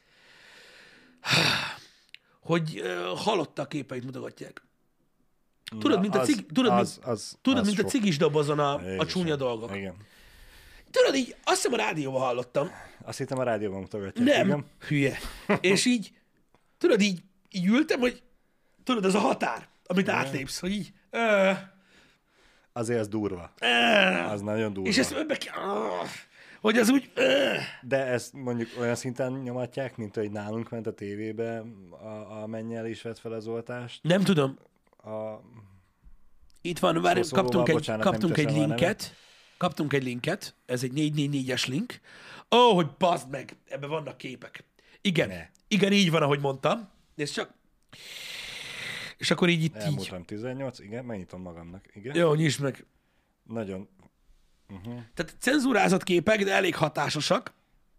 hogy uh, halottak képeit mutogatják. Tudod, Na, mint a, az- cig, tudod, az- mint, az- tudod, az mint a sok. cigis dobozon a, a Jézusom. csúnya dolgok. Igen. Tudod, így azt hiszem a rádióban hallottam. Azt hittem a rádióban mutogatják. Nem, Igen? hülye. És így, tudod, így, így ültem, hogy tudod, ez a határ, amit átlépsz, hogy így, ö, Azért az durva. ö, Az nagyon durva. és ezt önbe ki, ö, hogy az úgy, ö. De ezt mondjuk olyan szinten nyomatják, mint hogy nálunk ment a tévébe, a, a mennyel is vett fel az oltást. Nem tudom. A, Itt van, várj, Szóval kaptunk, egy, bocsánat, nem kaptunk egy teszem a linket, kaptunk egy linket, ez egy négy négy négyes link. Ó, oh, hogy bazd meg, ebben vannak képek. Igen, Ne. igen, így van, ahogy mondtam. Nézd csak. És akkor így itt így. elmúltam tizennyolc, igen, megnyitom magamnak. Igen. Jó, nyisd meg. Nagyon. Uh-huh. Tehát cenzúrázott képek, de elég hatásosak.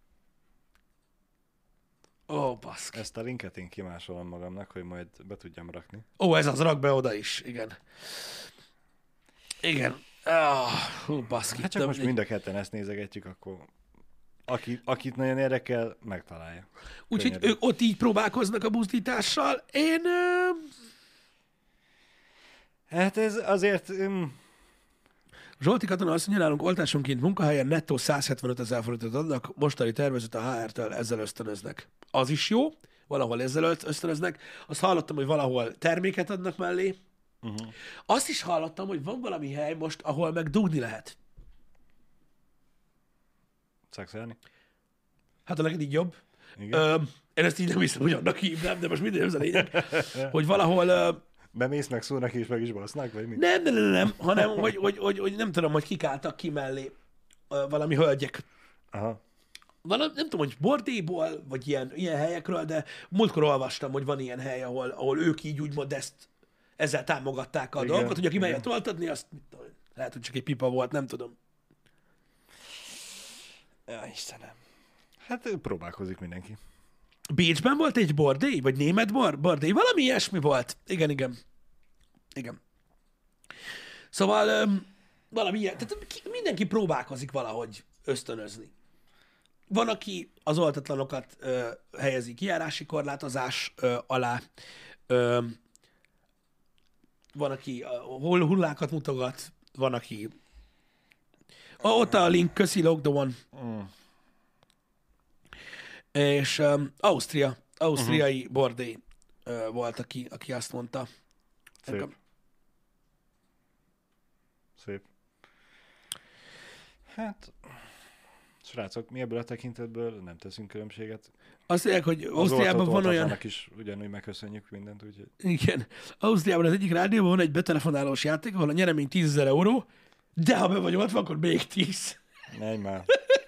Ó, oh, baszki. Ezt a linket én kimásolom magamnak, hogy majd be tudjam rakni. Ó, ez az, rak be oda is, igen. Igen. Oh, hú, baszki. Hát csak De most mindegy. mind a ketten ezt nézegetjük, akkor aki, akit nagyon érdekel, megtalálja. Úgyhogy Könnyedén. ők ott így próbálkoznak a buzdítással. Én... Ö... Hát ez azért... Um, Zsolti katona azt mondja, nálunk oltásonként munkahelyen nettó száz hetvenöt ezer forintot adnak, mostani tervezet a há er-től ezzel ösztönöznek. Az is jó, valahol ezzel ösztönöznek. Azt hallottam, hogy valahol terméket adnak mellé. uh-huh. Azt is hallottam, hogy van valami hely most, ahol meg dugni lehet. Szexelni? Hát a neked így jobb. Igen. Ö, én ezt így nem hiszem, hogy annak hívnám, de most minden ez a lényeg, hogy valahol... Ö, Bemész, meg szólnak és meg is basznak, vagy mi? nem, nem, nem, nem, hanem hogy, hogy, hogy, hogy nem tudom, hogy kik álltak ki mellé ö, valami hölgyek. Aha. Valami, nem tudom, hogy bordéból, vagy ilyen, ilyen helyekről, de múltkor olvastam, hogy van ilyen hely, ahol, ahol ők így úgymond ezt, ezzel támogatták a Igen, dolgokat, hogy aki igen. mehet oltatni, azt mit tudom, lehet, hogy csak egy pipa volt, nem tudom. Ja, Istenem. Hát ő próbálkozik mindenki. Bécsben volt egy bordély, vagy német bor, bordély, valami ilyesmi volt. Igen, igen. Igen. Szóval öm, valami ilyen, tehát ki- mindenki próbálkozik valahogy ösztönözni. Van, aki az oltatlanokat ö, helyezi kijárási korlátozás ö, alá, ö, van, aki a hol hullákat mutogat, van, aki... Ó, ott a link, köszi, Logdon. Mm. És um, Ausztria, ausztriai uh-huh. bordély uh, volt, aki, aki azt mondta. Szép. Nekem- Szép. Hát, srácok, mi ebből a tekintetből nem teszünk különbséget. Azt mondják, hogy Az Ausztriában oltott van olyan... oltatlanak is ugyanúgy megköszönjük mindent, úgyhogy... Igen. Ausztriában az egyik rádióban van egy betelefonálós játék, ahol a nyeremény tízezer euró, de ha be vagy oltva, akkor még tíz. Menj már.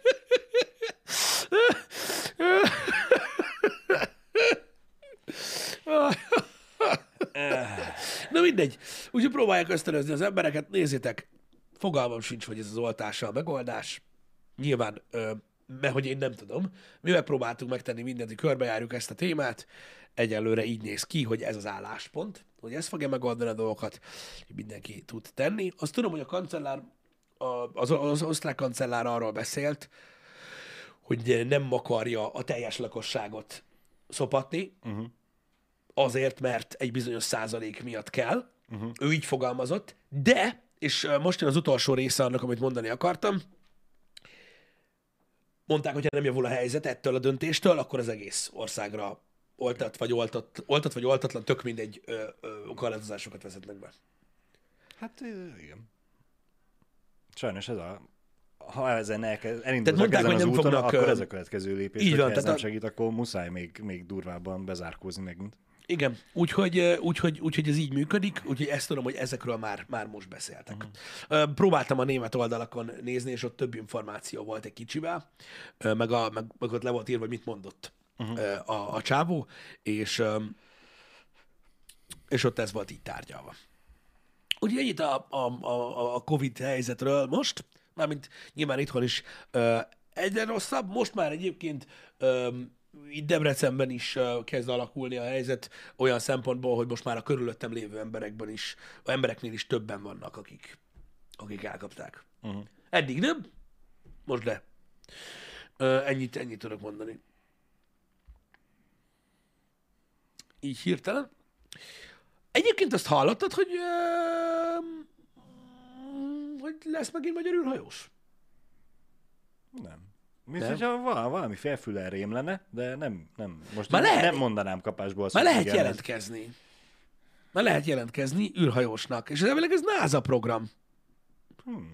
Na mindegy. Úgyhogy próbálják ösztönözni az embereket. Nézzétek, fogalmam sincs, hogy ez az oltása a megoldás. Nyilván, ö, mert hogy én nem tudom. Mi megpróbáltunk megtenni mindent, hogy körbejárjuk ezt a témát. Egyelőre így néz ki, hogy ez az álláspont, hogy ez fogja megoldani a dolgokat, hogy mindenki tud tenni. Azt tudom, hogy a kancellár, a- az, az osztrák kancellár arról beszélt, hogy nem akarja a teljes lakosságot szopatni, Uh-huh. azért, mert egy bizonyos százalék miatt kell. Uh-huh. Ő így fogalmazott, de, és ö, most jön az utolsó része annak, amit mondani akartam, mondták, hogy ha nem javul a helyzet ettől a döntéstől, akkor az egész országra oltat vagy oltott, oltat vagy oltatlan, tök mindegy ö, ö, korlátozásokat vezetnek be. Hát igen. Sajnos ez a... Ha ezen elkezd, Tehát elindultak mondták, ezen hogy az nem úton, fognak, akkor ö, ez a következő lépés, így hogyha van, ez nem tehát a- segít, akkor muszáj még, még durvábban bezárkózni megint. Igen, úgyhogy, ö, úgyhogy, úgyhogy ez így működik, úgyhogy ezt tudom, hogy ezekről már, már most beszéltek. Uh-huh. Próbáltam a német oldalakon nézni, és ott több információ volt egy kicsivel, ö, meg, a, meg, meg ott le volt írva, hogy mit mondott uh-huh. a, a csávó, és, ö, és ott ez volt így tárgyalva. Úgyhogy ennyit a, a, a, a Covid helyzetről most, mármint nyilván itthon is ö, egyre rosszabb, most már egyébként ö, itt Debrecenben is ö, kezd alakulni a helyzet olyan szempontból, hogy most már a körülöttem lévő emberekben is, a embereknél is többen vannak, akik, akik elkapták. Uh-huh. Eddig nem, most de. Ö, ennyit, ennyit tudok mondani. Így hirtelen. Egyébként azt hallottad, hogy, ö, hogy lesz megint magyar űrhajós? Nem. Mint Nem? hogyha val- valami felfüle rém lenne, de nem, nem. Most Már nem, lehet- nem mondanám kapásból azt, Már hogy lehet igen, ez- jelentkezni. Már lehet jelentkezni űrhajósnak. És elvileg ez NASA program. Hmm.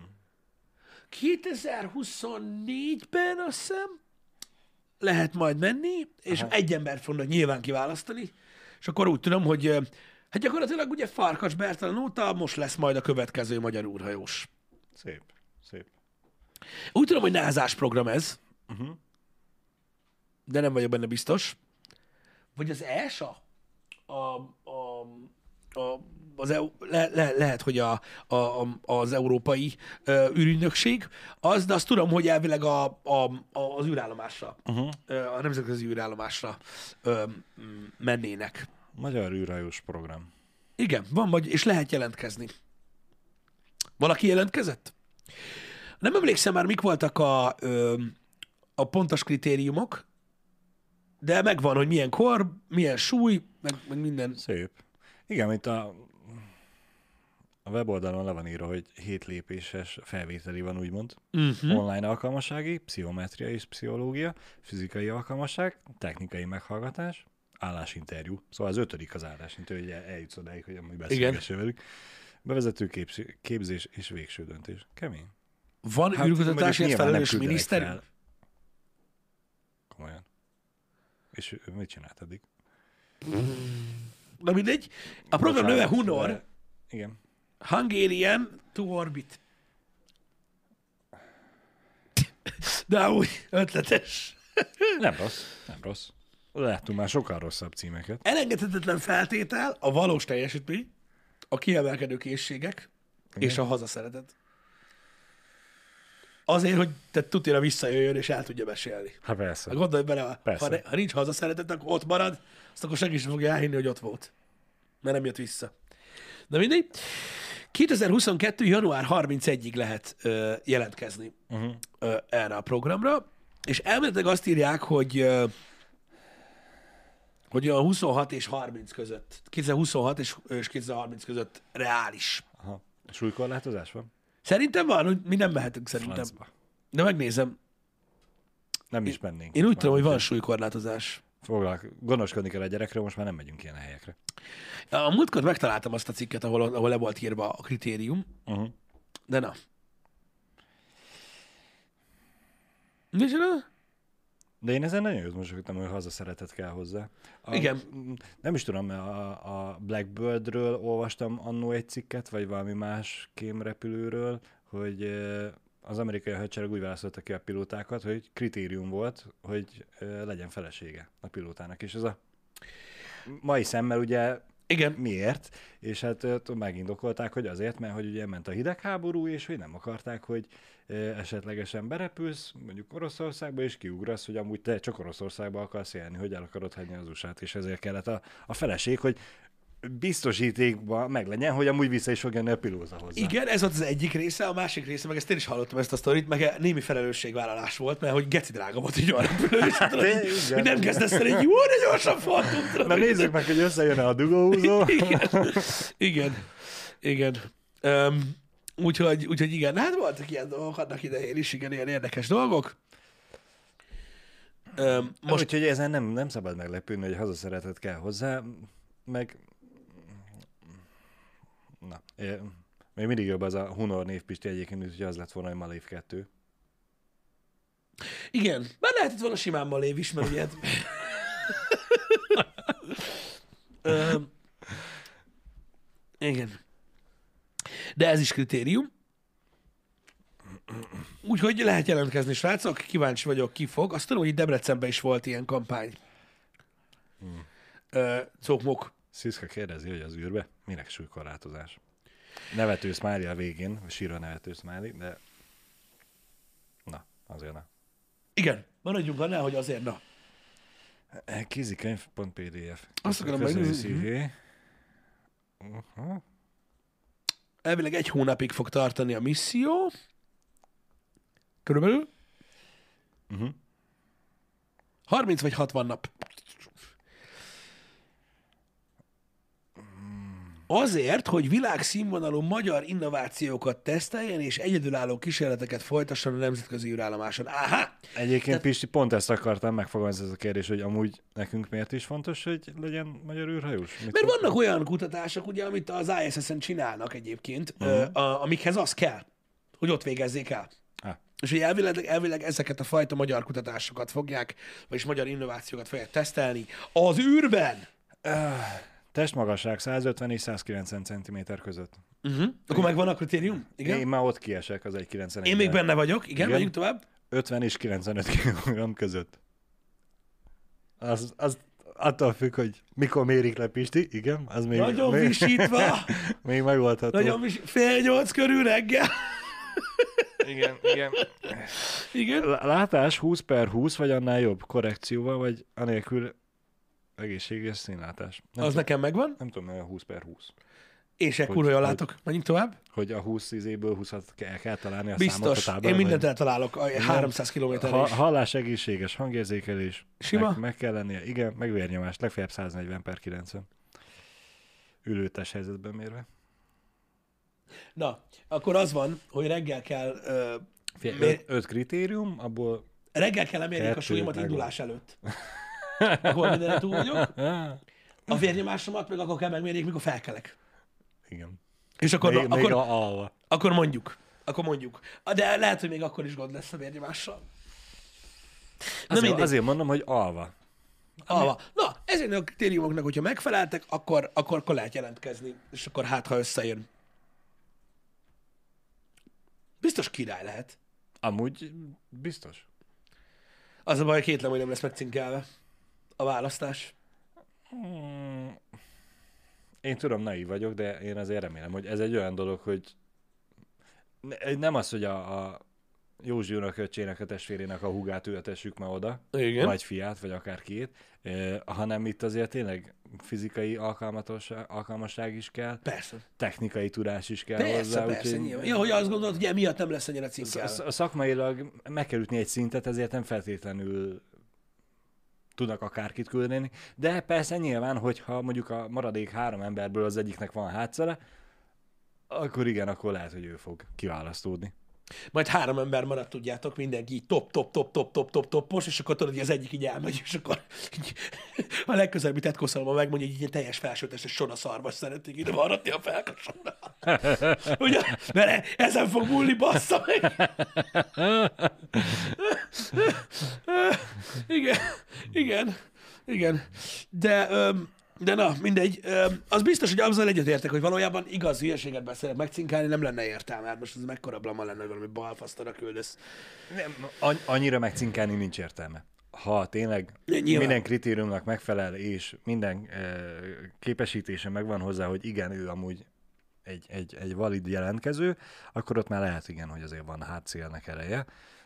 kétezer-huszonnégyben azt hiszem lehet majd menni, és Aha. egy embert fognak nyilván kiválasztani, és akkor úgy tudom, hogy ö, hát gyakorlatilag ugye Farkas Bertalan óta most lesz majd a következő magyar űrhajós. Szép, szép. Úgy tudom, hogy názás program ez, Uh-huh. de nem vagyok benne biztos. Vagy az é es á? A, a, a, az, E U le, le, lehet, hogy a, a, a, az európai ö, űrügynökség, az, de azt tudom, hogy elvileg a, a, a, az űrállomásra, Uh-huh. ö, a nemzetközi űrállomásra ö, m, mennének. Magyar űrhajós program. Igen, van, vagy, és lehet jelentkezni. Valaki jelentkezett? Nem emlékszem már, mik voltak a, ö, a pontos kritériumok, de megvan, hogy milyen kor, milyen súly, meg, meg minden. Szép. Igen, mint a, a weboldalon le van írva, hogy hét lépéses felvételi van, úgymond. Uh-huh. Online alkalmassági, pszichometria és pszichológia, fizikai alkalmasság, technikai meghallgatás, állásinterjú. Szóval az ötödik az állásinterjú, hogy el- eljutsz odáig, hogy amúgy beszélgessél velük. Bevezető képz- képzés és végső döntés. Kemény. Van Hát, űrkutatásért mondjuk nyilván nem felelős küldenek miniszter? fel. Komolyan. És ő mit csinált eddig? Na mindegy. A program neve Bocsánat, Hunor, de- Igen. Hungarian to Orbit. De úgy ötletes. Nem rossz, nem rossz. Láttunk már sokkal rosszabb címeket. Elengedhetetlen feltétel a valós teljesítmény, a kiemelkedő készségek Igen. és a hazaszeretet. Azért, hogy te tutira visszajöjjön és el tudja mesélni. Hát persze. Hát gondolj bele, ha, Persze. ne, ha nincs hazaszeretet, akkor ott marad, azt akkor senki sem fogja elhinni, hogy ott volt. Mert nem jött vissza. Na mindegy. kétezer-huszonkettő. január harmincegyedikéig lehet ö, jelentkezni Uh-huh. ö, erre a programra, és elméletileg azt írják, hogy ö, hogy olyan huszonhat és harminc között, kétezer-huszonhat és, és kétezer-harminc között reális. Aha. Súlykorlátozás van? Szerintem van, hogy mi nem mehetünk szerintem. Francba. De megnézem. Nem is mennénk. Én úgy Már tudom, hogy van úgyhogy súlykorlátozás. Foglalk... Gondoskodni kell a gyerekről, most már nem megyünk ilyen helyekre. A múltkor megtaláltam azt a cikket, ahol, ahol le volt írva a kritérium, Uh-huh. de na. Micsoda? De én ezen nagyon józmosogtam, hogy hazaszeretet kell hozzá. A, Igen. Nem is tudom, a, a Blackbirdről olvastam annó egy cikket, vagy valami más kémrepülőről, hogy eh, az amerikai hadsereg úgy választotta ki a pilótákat, hogy kritérium volt, hogy eh, legyen felesége a pilótának. És ez a mai szemmel ugye Igen. miért? És hát eh, megindokolták, hogy azért, mert hogy ugye ment a hidegháború, és hogy nem akarták, hogy eh, esetlegesen berepülsz, mondjuk Oroszországba, és kiugrasz, hogy amúgy te csak Oroszországba akarsz élni, hogy el akarod hagyni az u es á-t, és ezért kellett a, a feleség, hogy biztosítékban meglegyen, hogy amúgy vissza is fog jönni a pilóta hozzá. Igen, ez volt az egyik része, a másik része, meg ezt én is hallottam ezt a sztorit, meg némi felelősségvállalás volt, mert hogy geci drága volt egy olyan repülő, és tudod, igen, hogy nem kezdesz el egy jó, de gyorsan faltunk. tudod, Na hogy- nézzük meg, hogy összejön a dugóhúzó. Igen, igen, igen. Um, úgyhogy, úgyhogy igen, hát voltak ilyen dolgok annak idején is, igen, ilyen érdekes dolgok. Öm, Most... Úgyhogy ezen nem, nem szabad meglepődni, hogy hazaszeretet kell hozzá, meg... Na, é... még mindig jobb az a Hunor név, Pisti, egyébként, hogy az lett volna, hogy Malév kettő. Igen, már lehetett volna simán Malév is, mert ugye... Öm, igen. De ez is kritérium. Úgyhogy lehet jelentkezni, srácok. Kíváncsi vagyok, ki fog. Azt tudom, hogy itt Debrecenben is volt ilyen kampány. Hmm. Ö, Cokmok. Sziszka kérdezi, hogy az űrbe minek súlykorlátozás. Nevető smiley a végén, vagy sírva nevető smiley, de na, azért na. Igen, maradjunk annál, hogy azért na. Kézikönyv.pdf. Azt akarom megnézni. Uh-huh. Elvileg egy hónapig fog tartani a misszió. Körülbelül. Uh-huh. harminc vagy hatvan nap. Azért, hogy világszínvonalú magyar innovációkat teszteljen, és egyedülálló kísérleteket folytasson a nemzetközi űrállomáson. Áhá! Egyébként, Tehát... Pisti, pont ezt akartam megfogalmazni, ez a kérdés, hogy amúgy nekünk miért is fontos, hogy legyen magyar űrhajós? Mit Mert fog... vannak olyan kutatások, ugye, amit az I S S-en csinálnak egyébként, uh-huh. a, amikhez az kell, hogy ott végezzék el. Ah. És hogy elvileg, elvileg ezeket a fajta magyar kutatásokat fogják, vagyis magyar innovációkat fogják tesztelni az űrben. Uh. Testmagasság százötven és százkilencven centiméter között. Uh-huh. Akkor megvan a kritérium? Igen? Én már ott kiesek az egy kilencvenegy. Én még benne vagyok. Igen, Igen. Megyünk tovább. ötven és kilencvenöt kilogramm között. Az, az attól függ, hogy mikor mérik le, Pisti. Igen, az még... Nagyon még, visítva. Még megoldható. Nagyon visítva. Fél nyolc körül reggel. Igen, igen. Igen. Látás húsz per húsz, vagy annál jobb korrekcióval, vagy anélkül egészséges színlátás. Nem az tudom, nekem megvan. Nem tudom, hogy a húsz per húsz. Én se kurva jól látok. Menjünk tovább. Hogy a húsz izéből húszat kell, kell találni a Biztos. számot a táblán. Én mindent vagy... eltalálok a háromszáz kilométerre is. Ha, hallás egészséges, hangérzékelés. Sima? Meg, meg kell lennie. Igen, meg vérnyomás. Legfeljebb száznegyven per kilencven. Ülőtes helyzetben mérve. Na, akkor az van, hogy reggel kell... Uh, Fél, mér... öt, öt kritérium, abból... Reggel kell lemérni a súlyomat indulás előtt. Akkor mindenre túl vagyok. A vérnyomásomat meg akkor kell megmérjék, mikor felkelek. Igen. És akkor, még, akkor, még a alva. akkor mondjuk. Akkor mondjuk. De lehet, hogy még akkor is gond lesz a vérnyomással. Azért, azért mondom, hogy alva. Alva. Na, ezeknek a kritériumoknak, hogyha megfeleltek, akkor, akkor, akkor lehet jelentkezni. És akkor hát, ha összejön. Biztos király lehet. Amúgy biztos. Az a baj, kétlem, hogy nem lesz megcinkelve a választás. Hmm. Én tudom, naív vagyok, de én azért remélem, hogy ez egy olyan dolog, hogy nem az, hogy a, a Józsi unoköccsének, a testvérének a húgát ültessük ma oda, Igen. vagy fiát, vagy akár két, eh, hanem itt azért tényleg fizikai alkalmasság is kell. Persze. Technikai tudás is kell persze, hozzá. Persze, úgy, nyilván. Ja, hogy azt gondolod, hogy emiatt nem lesz annyira cinkelve. A szakmailag meg kell ütni egy szintet, ezért nem feltétlenül tudnak akárkit küldeni, de persze nyilván, hogyha mondjuk a maradék három emberből az egyiknek van hátszele, akkor igen, akkor lehet, hogy ő fog kiválasztódni. Majd három ember maradt, tudjátok, mindenki így top, top, top, top, top, top, toppos, és akkor tudod, hogy az egyik így elmegy, és akkor így, a legközelebbi tetkoszalomban megmondja, hogy így ilyen teljes felsőtestes sonaszarvas szeretnék ide maradni a felkasonnal. Ugye? Mert ezen fog múlni, bassza meg. Igen, igen, igen. De... Um, De na, mindegy. Az biztos, hogy azzal egyetértek, hogy valójában igaz hülyeséget beszélek megcinkálni, nem lenne értelme. Hát most ez mekkora blama lenne, hogy valami balfasztra küldesz. Nem, annyira megcinkálni nincs értelme. Ha tényleg Nyilván. minden kritériumnak megfelel, és minden képesítése megvan hozzá, hogy igen, ő amúgy egy, egy, egy valid jelentkező, akkor ott már lehet igen, hogy azért van hátszélnek ereje.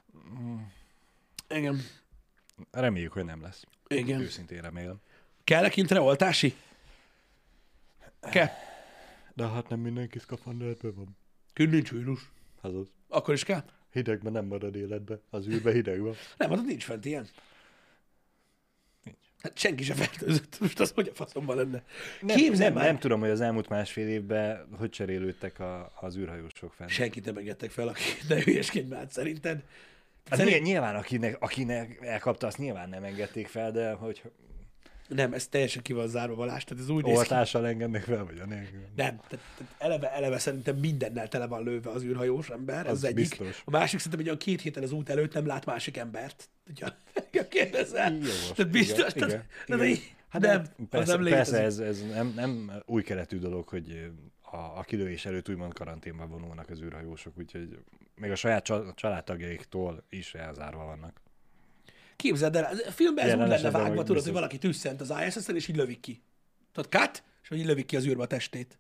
Igen. Reméljük, hogy nem lesz. Igen. Őszintén remélem. Kell-e kintre oltási? Kell. De hát nem mindenki szkafanderben van. Kint nincs vírus. Az az. Akkor is kell? Hidegben nem marad életbe. Az űrben hideg van. Nem, hát nincs fent ilyen. Nincs. Hát senki sem fertőzött. Most az hogy a faszomban lenne? Nem, nem, nem tudom, hogy az elmúlt másfél évben hogy cserélődtek a, az űrhajósok fent. Senkit nem engedtek fel, aki ne hülyeskedj már szerinted. Hát Szerint... Nyilván akinek, akinek elkapta, azt nyilván nem engedték fel, de hogy... Nem, ez teljesen ki van zárva Balázs, tehát ez úgy néz ki. Oltással engednek fel, vagy a nélkül? Nem, tehát, tehát eleve, eleve szerintem mindennel tele van lőve az űrhajós ember, ez az egyik. Biztos. A másik szerintem, hogy a két héten az út előtt nem lát másik embert. Hogyha kérdezel. Tehát biztos, igen, tehát, igen, tehát, igen. Hát nem, persze, nem persze ez, ez nem, nem új keletű dolog, hogy a, a kilövés előtt úgymond karanténba vonulnak az űrhajósok, úgyhogy még a saját családtagjaiktól is elzárva vannak. Képzeld el, a filmben ez úgy lenne vágva, tudod, hogy valaki tüsszent az I S S-en, és így lövik ki. Tudod, cut, és hogy így lövik ki az űrbe a testét.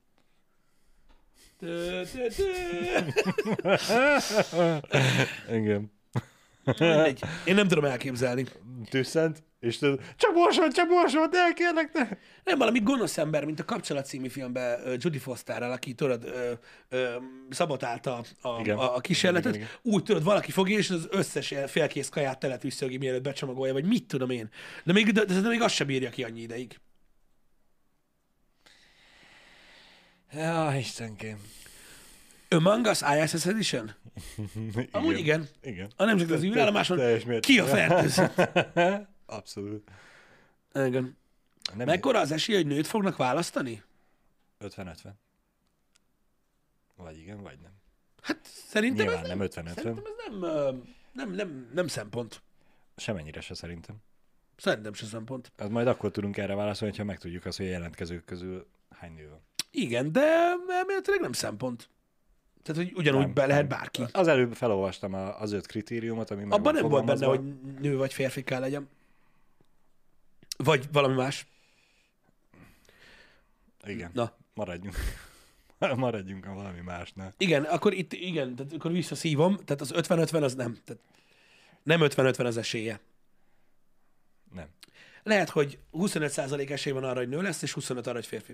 Igen. Mindegy. Én nem tudom elképzelni. Tüsszent, és tudod, csak borsod, csak borsod, el kérlek, ne! Nem, valami gonosz ember, mint a Kapcsolat című filmben uh, Jodie Fosterrel, aki tudod, uh, uh, szabotálta a, a, a kísérletet. Igen, igen, igen. Úgy tudod, valaki fogja, és az összes félkész kaját telet visszögi, mielőtt becsomagolja, vagy mit tudom én. De még, de, de még azt sem bírja ki annyi ideig. Ja, Istenkém. Among Us I S S Edition? Igen. Amúgy igen. Igen. A nemzetközi az űrállomáson ki a fertőzött? Abszolút. Igen. Nem Mekkora az esély, hogy nőt fognak választani? ötven-ötven. Vagy igen, vagy nem. Hát szerintem Nyilván ez nem ötven-ötven. Szerintem ez nem, nem, nem, nem szempont. Semennyire se szerintem. Szerintem se szempont. Hát majd akkor tudunk erre válaszolni, ha megtudjuk azt, hogy a jelentkezők közül hány nő van. Igen, de elméletileg nem szempont. Tehát, hogy ugyanúgy nem, be lehet bárki. Az előbb felolvastam az öt kritériumot, ami meg abban nem volt benne, hogy nő vagy férfi kell legyen. Vagy valami más. Igen. Na. Maradjunk. Maradjunk a valami másnál. Igen, akkor itt, igen, tehát akkor visszaszívom, tehát az ötven-ötven az nem. Tehát nem ötven-ötven az esélye. Nem. Lehet, hogy huszonöt százalék esély van arra, hogy nő lesz, és huszonöt arra, hogy férfi.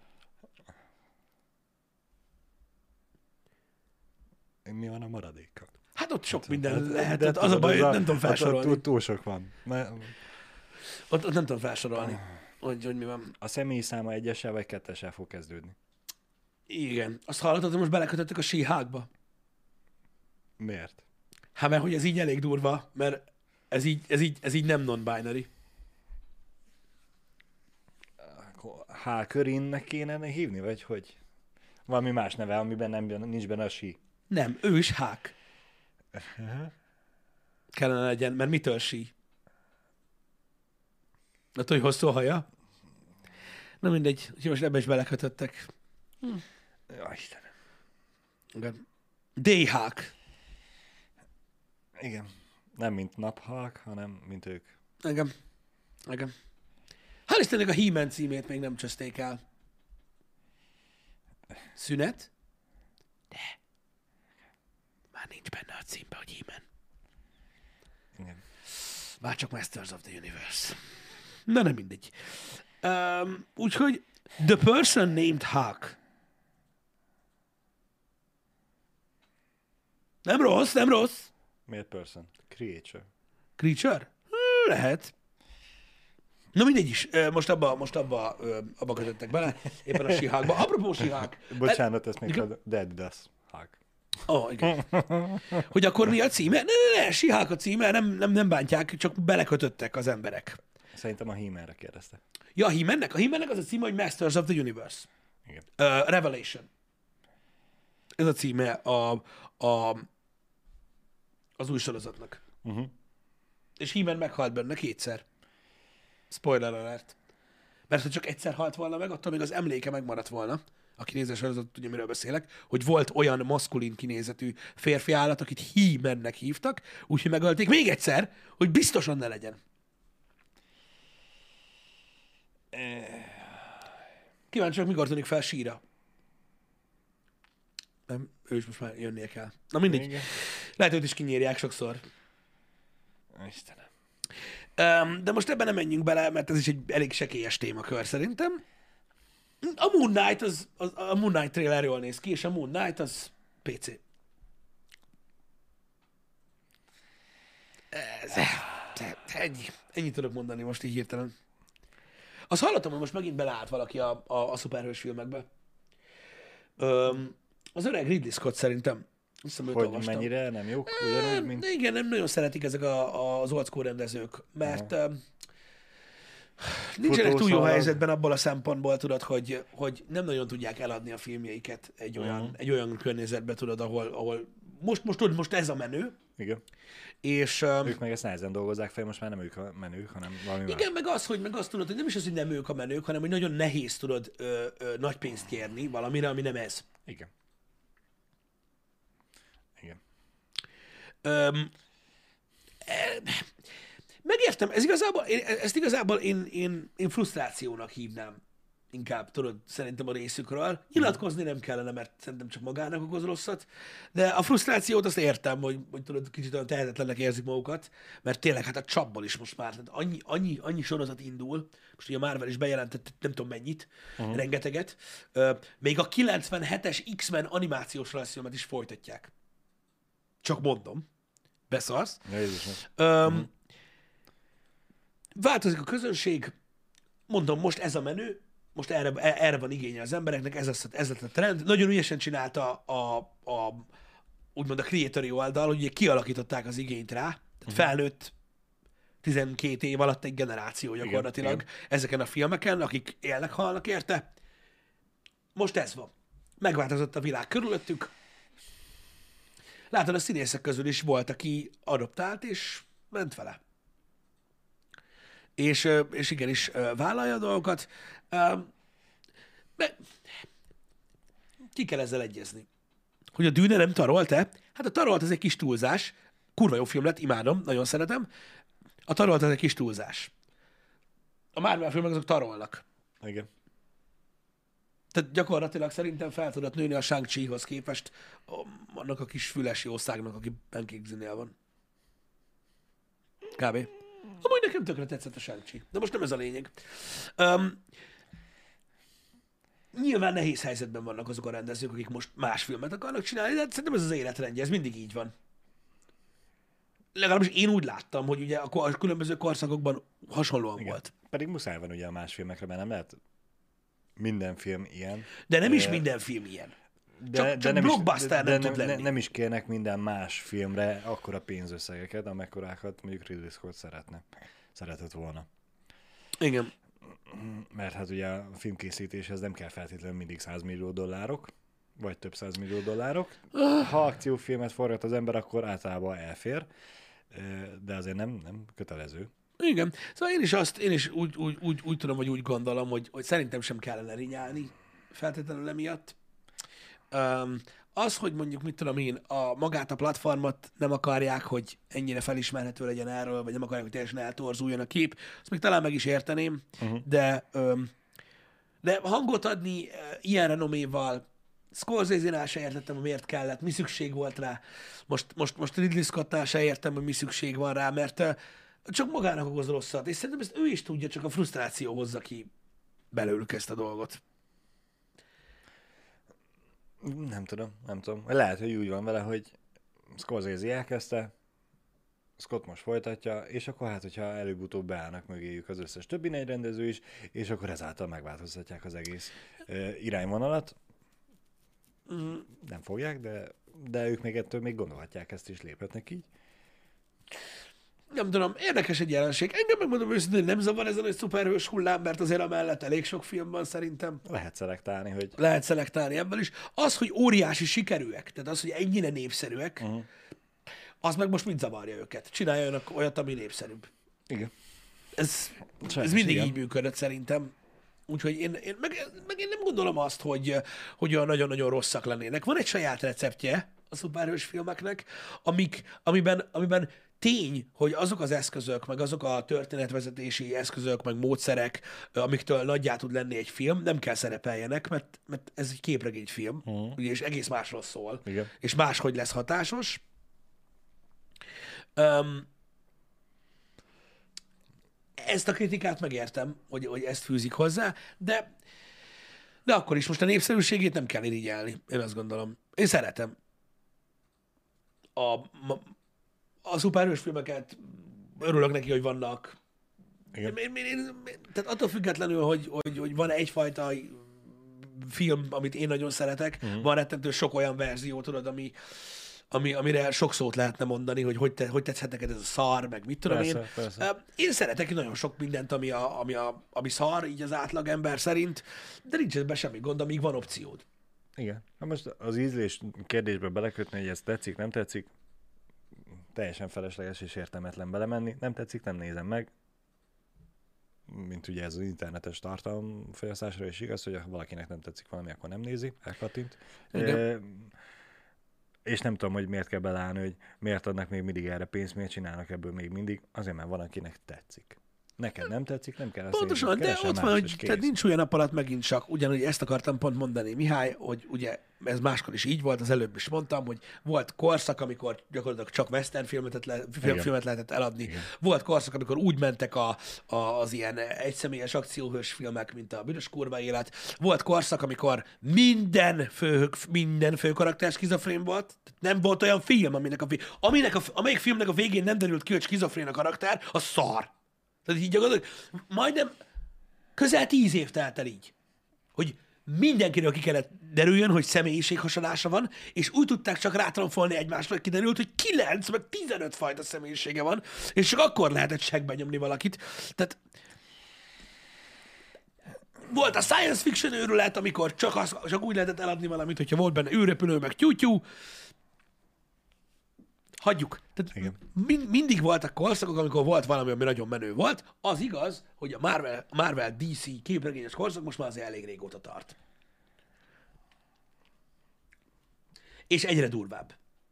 Mi van a maradékkal? Hát ott sok hát, minden hát, lehet. De az a baj, hogy nem tudom felsorolni. Túl, túl sok van. Mert... Ott, ott nem tudom felsorolni, hogy, hogy mi van. A személyi száma egyessel vagy kettessel fog kezdődni. Igen. Azt hallottad, hogy most belekötöttük a síhákba? Miért? Hát mert hogy ez így elég durva, mert ez így, ez így, ez így nem non-binary. H. Körinnek kéne hívni, vagy hogy? Valami más neve, amiben nem, nincs benne a sí. Nem, ő is hák. Uh-huh. Kellene legyen, mert mitől sí? Hát, hogy hosszú a haja? Na mindegy, úgyhogy most ebbe is belekötöttek. Hm. Ja, Istenem. Igen. Day-hák. Igen. Nem mint naphák, hanem mint ők. Igen. Igen. Hál' Istennek a He-Man címét még nem csözték el. Szünet? De. Már nincs benne a címbe, hogy He-Man. Igen. Már csak Masters of the Universe. Na, nem mindegy. Um, úgyhogy The Person Named Hawk. Nem rossz, nem rossz. Miért person? Creature. Creature? Lehet. Na mindegy is, most abba, most abba, abba kötöttek bele, éppen a síhákba. Apropó síhák. Bocsánat, ezt még a Dead Dust hák. Ó, oh, igen. Hogy akkor mi a címe? Ne, ne, ne, síhák a címe, nem, nem, nem bántják, csak belekötöttek az emberek. Szerintem a He-Manre kérdezte. Ja, a He-Mannek? A He-Mannek az a címe, hogy Masters of the Universe. Igen. Uh, Revelation. Ez a címe a, a, az új sorozatnak. Uh-huh. És He-Man meghalt benne kétszer. Spoiler alert. Mert ha csak egyszer halt volna meg, attól még az emléke megmaradt volna. Aki nézze a sorozatot, tudja, miről beszélek, hogy volt olyan maszkulin kinézetű férfi állat, akit He-Mannek hívtak, úgyhogy megölték még egyszer, hogy biztosan ne legyen. Kíváncsi, hogy mikor tűnik fel síra. Nem, ő is most már jönnie kell. Na mindegy. Igen. Lehet, őt is kinyírják sokszor. Istenem. Um, de most ebben nem menjünk bele, mert ez is egy elég sekélyes témakör szerintem. A Moon Knight, az, az, a Moon Knight trailer jól néz ki, és a Moon Knight az pé cé. Ez, ennyi. Ennyit tudok mondani most így hirtelen. Azt hallottam, hogy most megint beleállt valaki a, a, a szuperhős filmekbe. Öm, az öreg Ridley Scott szerintem. Hiszem, őt Hogy olvastam. mennyire nem jók, ugyanúgy, mint... De igen, nem nagyon szeretik ezek a, az old school rendezők, mert uh, nincsenek túl jó Futószalag. helyzetben abból a szempontból, tudod, hogy, hogy nem nagyon tudják eladni a filmjeiket egy olyan, Uh-huh. egy olyan környezetbe, tudod, ahol, ahol most, most, tudod, most ez a menő, Igen. és uh, Ők meg ezt nehezen dolgozzák fel, most már nem ők a menők, hanem valami más. igen, meg az, hogy meg azt tudod, hogy nem is az, hogy nem ők a menők, hanem hogy nagyon nehéz tudod ö, ö, nagy pénzt kérni valamire, ami nem ez. Igen. Igen. Öm, e, megértem, ez igazából, én, ezt igazából én, én, én frusztrációnak hívnám inkább, tudod, szerintem a részükről. Nyilatkozni nem kellene, mert szerintem csak magának okoz rosszat, de a frusztrációt azt értem, hogy, hogy tudod, kicsit olyan tehetetlennek érzik magukat, mert tényleg hát a csapból is most már tehát annyi, annyi, annyi sorozat indul, most ugye a Marvel is bejelentett nem tudom mennyit, uh-huh. rengeteget, Ö, még a kilencvenhetes X-Men animációs rajzfilmet is folytatják. Csak mondom. Beszarsz. Jézusom. Öm, uh-huh. Változik a közönség, mondom, most ez a menő, most erre, erre van igénye az embereknek, ez lesz, ez lesz a trend. Nagyon ügyesen csinálta a, a, úgymond a creatori oldal, hogy ugye kialakították az igényt rá, tehát uh-huh. felnőtt tizenkét év alatt egy generáció gyakorlatilag igen, igen. ezeken a filmeken, akik élnek, halnak érte. Most ez van. Megváltozott a világ körülöttük. Látod, a színészek közül is volt, aki adoptált, és ment vele. És, és igenis vállalja a dolgokat. De ki kell ezzel egyezni? Hogy a Dűne nem tarolt-e? Hát a tarolt az egy kis túlzás. Kurva jó film lett, imádom, nagyon szeretem. A tarolt az egy kis túlzás. A Marvel filmek azok tarolnak. Igen. Tehát gyakorlatilag szerintem fel tudott nőni a Shang-Chi-hoz képest annak a kis füles jószágnak, aki Pancake-nél van. Kb. Amúgy nekem tökre tetszett a Shang-Chi. De most nem ez a lényeg. Um, nyilván nehéz helyzetben vannak azok a rendezők, akik most más filmet akarnak csinálni, de szerintem ez az életrendje, ez mindig így van. Legalábbis én úgy láttam, hogy ugye a különböző korszakokban hasonlóan igen. volt. Pedig muszáj van ugye a más filmekre, mert nem lehet minden film ilyen. De nem is minden film ilyen. De, csak de csak nem blockbuster is, de, nem de tud nem, lenni. nem is kérnek minden más filmre akkora pénzösszegeket, amekkorákat mondjuk Ridley Scott szeretne. Szeretett volna. Igen. Mert hát ugye a filmkészítéshez nem kell feltétlenül mindig száz millió dollárok, vagy több száz millió dollárok. Ha akciófilmet forgat az ember, akkor általában elfér, de azért nem, nem kötelező. Igen. Szóval én is azt, én is úgy, úgy, úgy, úgy tudom, vagy úgy gondolom, hogy, hogy szerintem sem kellene rinyálni feltétlenül emiatt. Um, az, hogy mondjuk, mit tudom én, a, magát a platformot nem akarják, hogy ennyire felismerhető legyen erről, vagy nem akarják, hogy teljesen eltorzuljon a kép, azt még talán meg is érteném, uh-huh. de, um, de hangot adni uh, ilyen renoméval, Scorsese-nál se értettem, hogy miért kellett, mi szükség volt rá. Most, most, most Ridley Scottnál se értem, hogy mi szükség van rá, mert uh, csak magának okoz rosszat, és szerintem ezt ő is tudja, csak a frusztráció hozza ki belőlük ezt a dolgot. Nem tudom, nem tudom. Lehet, hogy úgy van vele, hogy Scorsese elkezdte, Scott most folytatja, és akkor hát, hogyha előbb-utóbb beállnak mögéjük az összes többi nagy rendező is, és akkor ezáltal megváltoztatják az egész uh, irányvonalat. Mm. Nem fogják, de, de ők még ettől még gondolhatják ezt, és léphetnek így. Nem tudom, érdekes egy jelenség. Engem megmondom őszintén, nem zavar ezen egy szuperhős hullám, mert azért amellett elég sok film van szerintem. Lehet szelektálni, hogy... Lehet szelektálni ebből is. Az, hogy óriási sikerűek, tehát az, hogy ennyire népszerűek, uh-huh. az meg most mit zavarja őket? Csináljanak olyat, ami népszerűbb. Igen. Ez, ez mindig igen. így működött szerintem. Úgyhogy én, én meg, meg én nem gondolom azt, hogy, hogy olyan nagyon-nagyon rosszak lennének. Van egy saját receptje a szuperhős filmeknek, amik, amiben, amiben tény, hogy azok az eszközök, meg azok a történetvezetési eszközök, meg módszerek, amiktől nagyjá tud lenni egy film, nem kell szerepeljenek, mert, mert ez egy képregényfilm, uh-huh. ugye, és egész másról szól, igen. és máshogy lesz hatásos. Um, ezt a kritikát megértem, hogy, hogy ezt fűzik hozzá, de, de akkor is most a népszerűségét nem kell irigyelni, én azt gondolom. Én szeretem a, a szuperhős filmeket, örülök neki, hogy vannak. Én, én, én, én, tehát attól függetlenül, hogy, hogy, hogy van egyfajta film, amit én nagyon szeretek, uh-huh. van rettentő sok olyan verzió, tudod, ami ami, amire sok szót lehetne mondani, hogy hogy, te, hogy tetszhet neked ez a szar, meg mit tudom Persze, én. persze. Én szeretek nagyon sok mindent, ami, a, ami, a, ami szar, így az átlag ember szerint, de nincs ebben semmi gond, amíg van opciód. Igen. Na most az ízlés kérdésbe belekötni, hogy ez tetszik, nem tetszik, teljesen felesleges és értelmetlen belemenni. Nem tetszik, nem nézem meg. Mint ugye ez az internetes tartalomfogyasztásra is igaz, hogy ha valakinek nem tetszik valami, akkor nem nézi, elkattint. E, és nem tudom, hogy miért kell beleállni, hogy miért adnak még mindig erre pénzt, miért csinálnak ebből még mindig, azért, mert van, akinek tetszik. Neked nem tetszik, nem kell ezt Pontosan, de ott van, hogy tehát nincs olyan nap alatt megint csak, ugyanúgy ezt akartam pont mondani, Mihály, hogy ugye ez máskor is így volt, az előbb is mondtam, hogy volt korszak, amikor gyakorlatilag csak western filmet, le, film, filmet lehetett eladni. Igen. Volt korszak, amikor úgy mentek a, a, az ilyen egyszemélyes akcióhős filmek, mint a Büdös kurva élet. Volt korszak, amikor minden fő, minden fő karakter skizofrén volt. Nem volt olyan film, aminek a, aminek a, amelyik filmnek a végén nem derült ki, hogy skizofrén a karakter, az szar. Tehát így gyakorlatilag majdnem közel tíz év telt el így, hogy mindenkiről ki kellett derüljön, hogy személyiséghasadása van, és úgy tudták csak rátramfolni egymásra, hogy kiderült, hogy kilenc meg tizenöt fajta személyisége van, és csak akkor lehetett segben nyomni valakit. Tehát volt a science fiction őrület, amikor csak, az, csak úgy lehetett eladni valamit, hogyha volt benne űrrepülő, meg tyútyú. Hagyjuk. Tehát mind, mindig voltak korszakok, amikor volt valami, ami nagyon menő volt. Az igaz, hogy a Marvel, Marvel dé cé képregényes korszak most már azért elég régóta tart. És egyre durvább.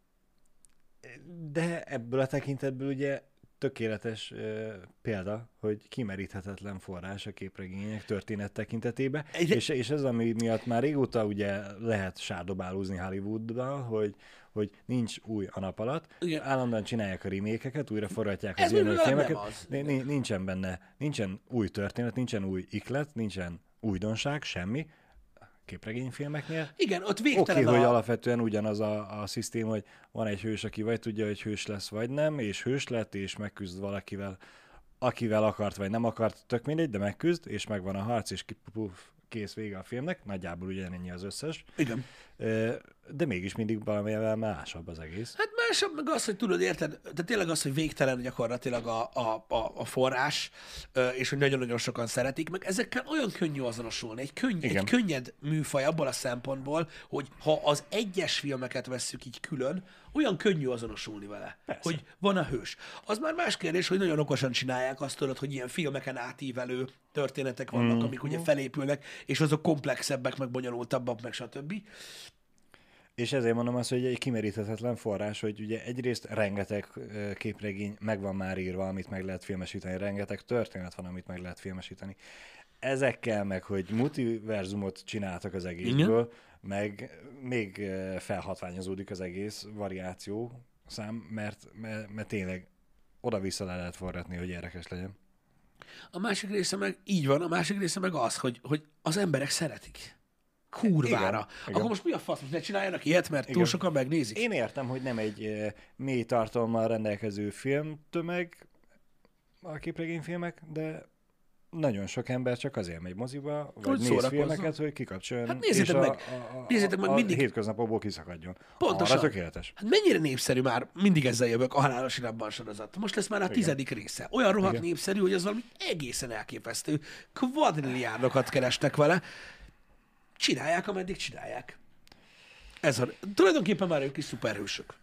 De ebből a tekintetből ugye tökéletes uh, példa, hogy kimeríthetetlen forrás a képregények történet tekintetében, egyre... és, és ez, ami miatt már régóta ugye lehet sárdobálózni Hollywoodban, hogy hogy nincs új a nap alatt. Igen. Állandóan csinálják a remékeket, újra forgatják az élő filmeket. Nincsen benne, nincsen új történet, nincsen új iklet, nincsen újdonság, semmi képregényfilmeknél. Igen, ott végtelen Oké, okay, a... hogy alapvetően ugyanaz a, a szisztém, hogy van egy hős, aki vagy tudja, hogy hős lesz, vagy nem, és hős lett, és megküzd valakivel, akivel akart, vagy nem akart, tök mindegy, de megküzd, és megvan a harc, és puf, kész, vége a filmnek, nagyjából ugyanennyi az összes. Igen. De mégis mindig valamivel másabb az egész. Hát másabb meg az, hogy tudod, érted, de tényleg az, hogy végtelen gyakorlatilag a, a, a, a forrás, és hogy nagyon-nagyon sokan szeretik, meg ezekkel olyan könnyű azonosulni. Egy, könny, egy könnyed műfaj abból a szempontból, hogy ha az egyes filmeket vesszük így külön, olyan könnyű azonosulni vele, persze, hogy van a hős. Az már más kérdés, hogy nagyon okosan csinálják azt, tudod, hogy ilyen filmeken átívelő történetek vannak, mm. amik ugye felépülnek, és azok komplexebbek, meg bonyolultabbak, meg stb. És ezért mondom azt, hogy egy kimeríthetetlen forrás, hogy ugye egyrészt rengeteg képregény meg van már írva, amit meg lehet filmesíteni, rengeteg történet van, amit meg lehet filmesíteni. Ezekkel meg, hogy multiverzumot csináltak az egészből, igen, meg még felhatványozódik az egész variáció szám, mert, mert, mert tényleg oda-vissza le lehet forgatni, hogy érdekes legyen. A másik része meg így van, a másik része meg az, hogy, hogy az emberek szeretik. Kurvára. Igen, igen. Akkor most mi a fasz, most ne csináljanak ilyet, mert igen, túl sokan megnézik? Én értem, hogy nem egy uh, mély tartalommal rendelkező filmtömeg a képregényfilmek, de nagyon sok ember csak azért megy moziba, vagy hogy néz filmeket, hogy kikapcsoljon, hát és meg, a, a, a, nézzétek meg a mindig... hétköznapokból kiszakadjon. Pontosan. Arra tökéletes. Hát mennyire népszerű már, mindig ezzel jövök, a Halálos Iramban sorozat. Most lesz már a igen, tizedik része. Olyan rohadt igen, népszerű, hogy az valami egészen elképesztő. Kvadrilliárdokat kerestek vele. Csinálják, ameddig csinálják. Ez a... Tulajdonképpen már ők is szuperhősök.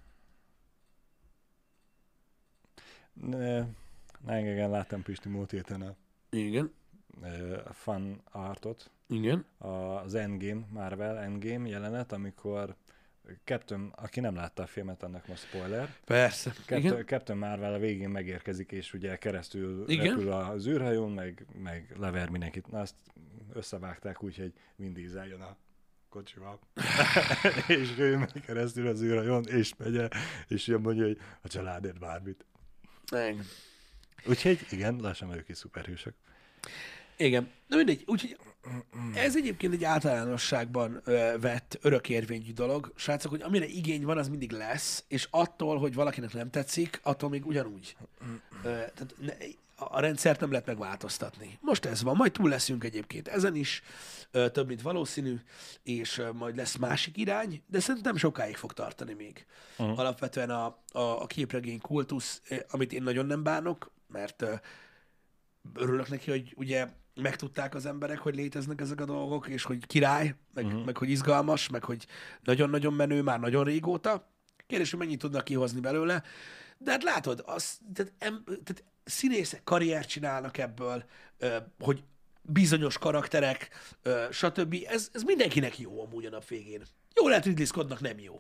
Ne, engem láttam Pisti múlt héten a igen, uh, fan artot. Igen. Az Endgame, Marvel Endgame jelenet, amikor Captain, aki nem látta a filmet, annak most spoiler. Persze. Captain, igen, Captain Marvel a végén megérkezik, és ugye keresztül igen, repül az űrhajón, meg, meg lever mindenkit. Na, azt összevágták úgy, hogy Vin Diesel jön a kocsival, és ő megy keresztül az űrhajón, és megy el, és jön mondja, hogy a családért bármit. Igen. Úgyhogy igen, lassan ők is szuperhősök. Igen, de mindegy, úgyhogy ez egyébként egy általánosságban ö, vett örökérvényű dolog. Srácok, hogy amire igény van, az mindig lesz, és attól, hogy valakinek nem tetszik, attól még ugyanúgy. Ö, tehát ne, a rendszert nem lehet megváltoztatni. Most ez van, majd túl leszünk egyébként ezen is, ö, több mint valószínű, és ö, majd lesz másik irány, de szerintem sokáig fog tartani még. Uh-huh. Alapvetően a, a, a képregény kultusz, amit én nagyon nem bánok, mert ö, örülök neki, hogy ugye megtudták az emberek, hogy léteznek ezek a dolgok, és hogy király, meg, uh-huh. meg hogy izgalmas, meg hogy nagyon-nagyon menő már nagyon régóta. Kérdés, hogy mennyit tudnak kihozni belőle. De hát látod, az, tehát, em, tehát színészek karriert csinálnak ebből, ö, hogy bizonyos karakterek, ö, stb. Ez, ez mindenkinek jó amúgy a nap végén. Jó lehet, Ridley Scottnak nem jó.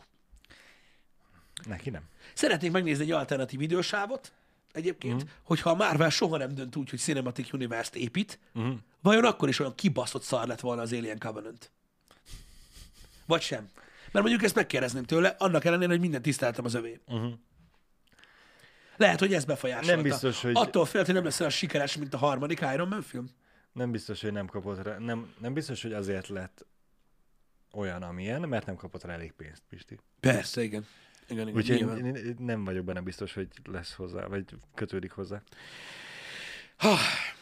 Neki nem. Szeretnék megnézni egy alternatív idősávot, egyébként, uh-huh. hogyha a Marvel soha nem dönt úgy, hogy Cinematic Universe-t épít, uh-huh. vajon akkor is olyan kibaszott szar lett volna az Alien Covenant? Vagy sem? Mert mondjuk ezt megkérdezném tőle, annak ellenére, hogy mindent tiszteltem az övé. Uh-huh. Lehet, hogy ez befolyásolta. Nem biztos, hogy... Attól félt, hogy nem lesz olyan sikeres, mint a harmadik Iron Man film? Nem biztos, hogy nem kapott rá... Nem, nem biztos, hogy azért lett olyan, amilyen, mert nem kapott rá elég pénzt, Pisti. Persze, igen. Igen, igen, úgyhogy én, én nem vagyok benne biztos, hogy lesz hozzá, vagy kötődik hozzá. Ha,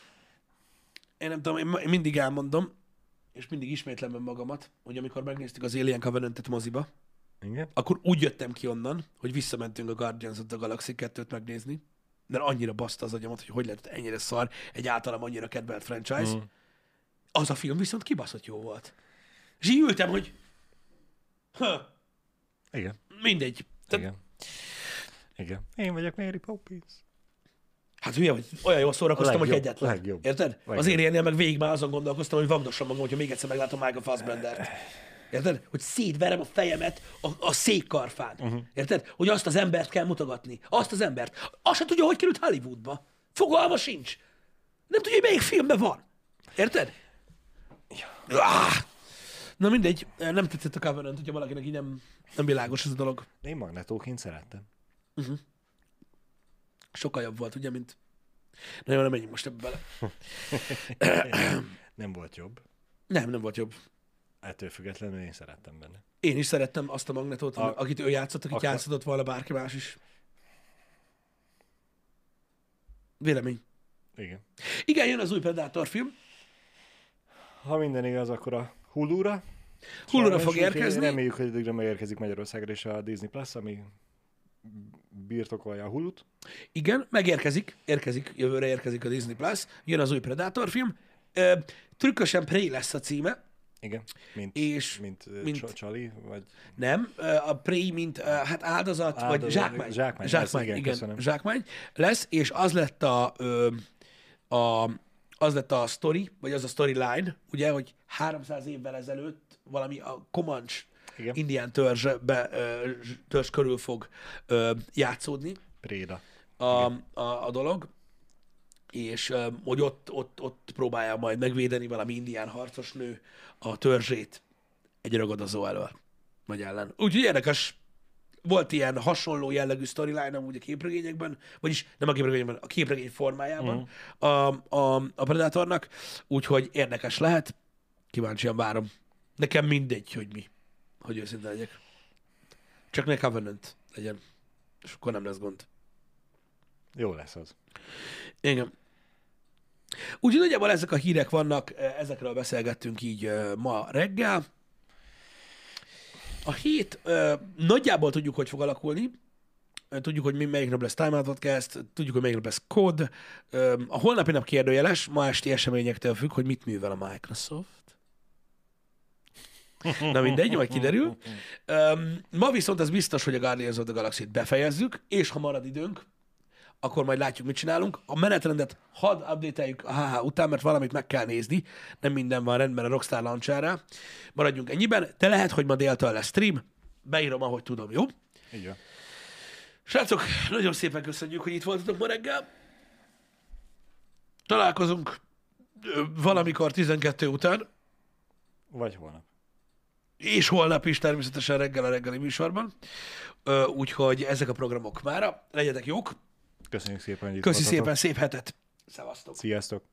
én nem tudom, én mindig elmondom, és mindig ismétlem magamat, hogy amikor megnéztük az Alien Covenant-et moziba, igen? akkor úgy jöttem ki onnan, hogy visszamentünk a Guardians of the Galaxy kettőt megnézni, mert annyira baszta az agyamat, hogy hogy lehet ennyire szar egy általam annyira kedvelt franchise. Mm. Az a film viszont kibaszott jó volt. És így ültem, hogy ha, igen. Mindegy. Te... Igen. Igen. Én vagyok Mary Poppins. Hát hülye, hogy olyan jól szórakoztam, hogy egyetlen. Legjobb. Érted? Legjobb. Az Aliennél meg végig már azon gondolkoztam, hogy vagdossam magam, hogyha még egyszer meglátom Michael Fassbendert. Érted? Hogy szétverem a fejemet a, a székkarfán. Uh-huh. Érted? Hogy azt az embert kell mutogatni. Azt az embert. Azt sem tudja, hogy került Hollywoodba. Fogalma sincs. Nem tudja, hogy melyik filmben van. Érted? Ja. Ah! Na mindegy, nem tetszett a Covenant, hogyha valakinek így nem, nem világos ez a dolog. Én Magnetóként szerettem. Uh-huh. Sokkal jobb volt, ugye, mint... Na jó, nem menjünk most ebbe bele. Nem volt jobb. Nem, nem volt jobb. Ettől függetlenül én szerettem benne. Én is szerettem azt a Magnetót, a... akit ő játszott, akit a... játszott volna bárki más is. Vélemény. Igen. Igen, jön az új Predator film. Ha minden igaz, akkor a Hulu-ra. Hulu-ra fog érkezni. Reméljük, hogy időre megérkezik Magyarországra is a Disney Plus, ami birtokolja a Hulut. Igen, megérkezik, érkezik, jövőre érkezik a Disney Plus, jön az új Predator film. Ö, trükkösen Prey lesz a címe. Igen, mint, és, mint, mint Csali, vagy... Nem, a Prey, mint hát áldozat, áldozat vagy zsákmány. Zsákmány, zsákmány igen, igen, köszönöm. Zsákmány lesz, és az lett a, a, az lett a story, vagy az a storyline, ugye, hogy háromszáz évvel ezelőtt valami a Comanche igen. indián törzsbe, törzs körül fog játszódni. Préda. A, a, a dolog, és hogy ott, ott, ott próbálja majd megvédeni valami indián harcos nő a törzsét egy ragadozó elől, vagy ellen. Úgyhogy érdekes, volt ilyen hasonló jellegű storyline amúgy a képregényekben, vagyis nem a képregényekben, a képregény formájában uh-huh. a, a, a Predatornak, úgyhogy érdekes lehet, kíváncsian várom. Nekem mindegy, hogy mi, hogy őszinte legyek. Csak ne Covenant legyen, és akkor nem lesz gond. Jó lesz az. Igen. Úgyhogy nagyjából ezek a hírek vannak, ezekről beszélgettünk így ma reggel. A hét nagyjából tudjuk, hogy fog alakulni. Tudjuk, hogy melyik nap lesz Time Out Podcast, tudjuk, hogy melyik nap lesz Code. A holnapi nap kérdőjeles, ma esti eseményektől függ, hogy mit művel a Microsoft. Na mindegy, majd kiderül. Ma viszont az biztos, hogy a Guardians of the Galaxy-t befejezzük, és ha marad időnk, akkor majd látjuk, mit csinálunk. A menetrendet hadd update-eljük a há há után, mert valamit meg kell nézni. Nem minden van rendben a Rockstar launch-ára. Maradjunk ennyiben, de lehet, hogy ma déltől lesz stream. Beírom, ahogy tudom, jó? Igen. Srácok, nagyon szépen köszönjük, hogy itt voltatok ma reggel. Találkozunk valamikor tizenkettő után. Vagy holnap. És holnap is természetesen reggel a reggeli műsorban. Úgyhogy ezek a programok mára. Legyetek jók! Köszönjük szépen, hogy itt Köszi voltatok. szépen, szép hetet! Szevasztok! Sziasztok!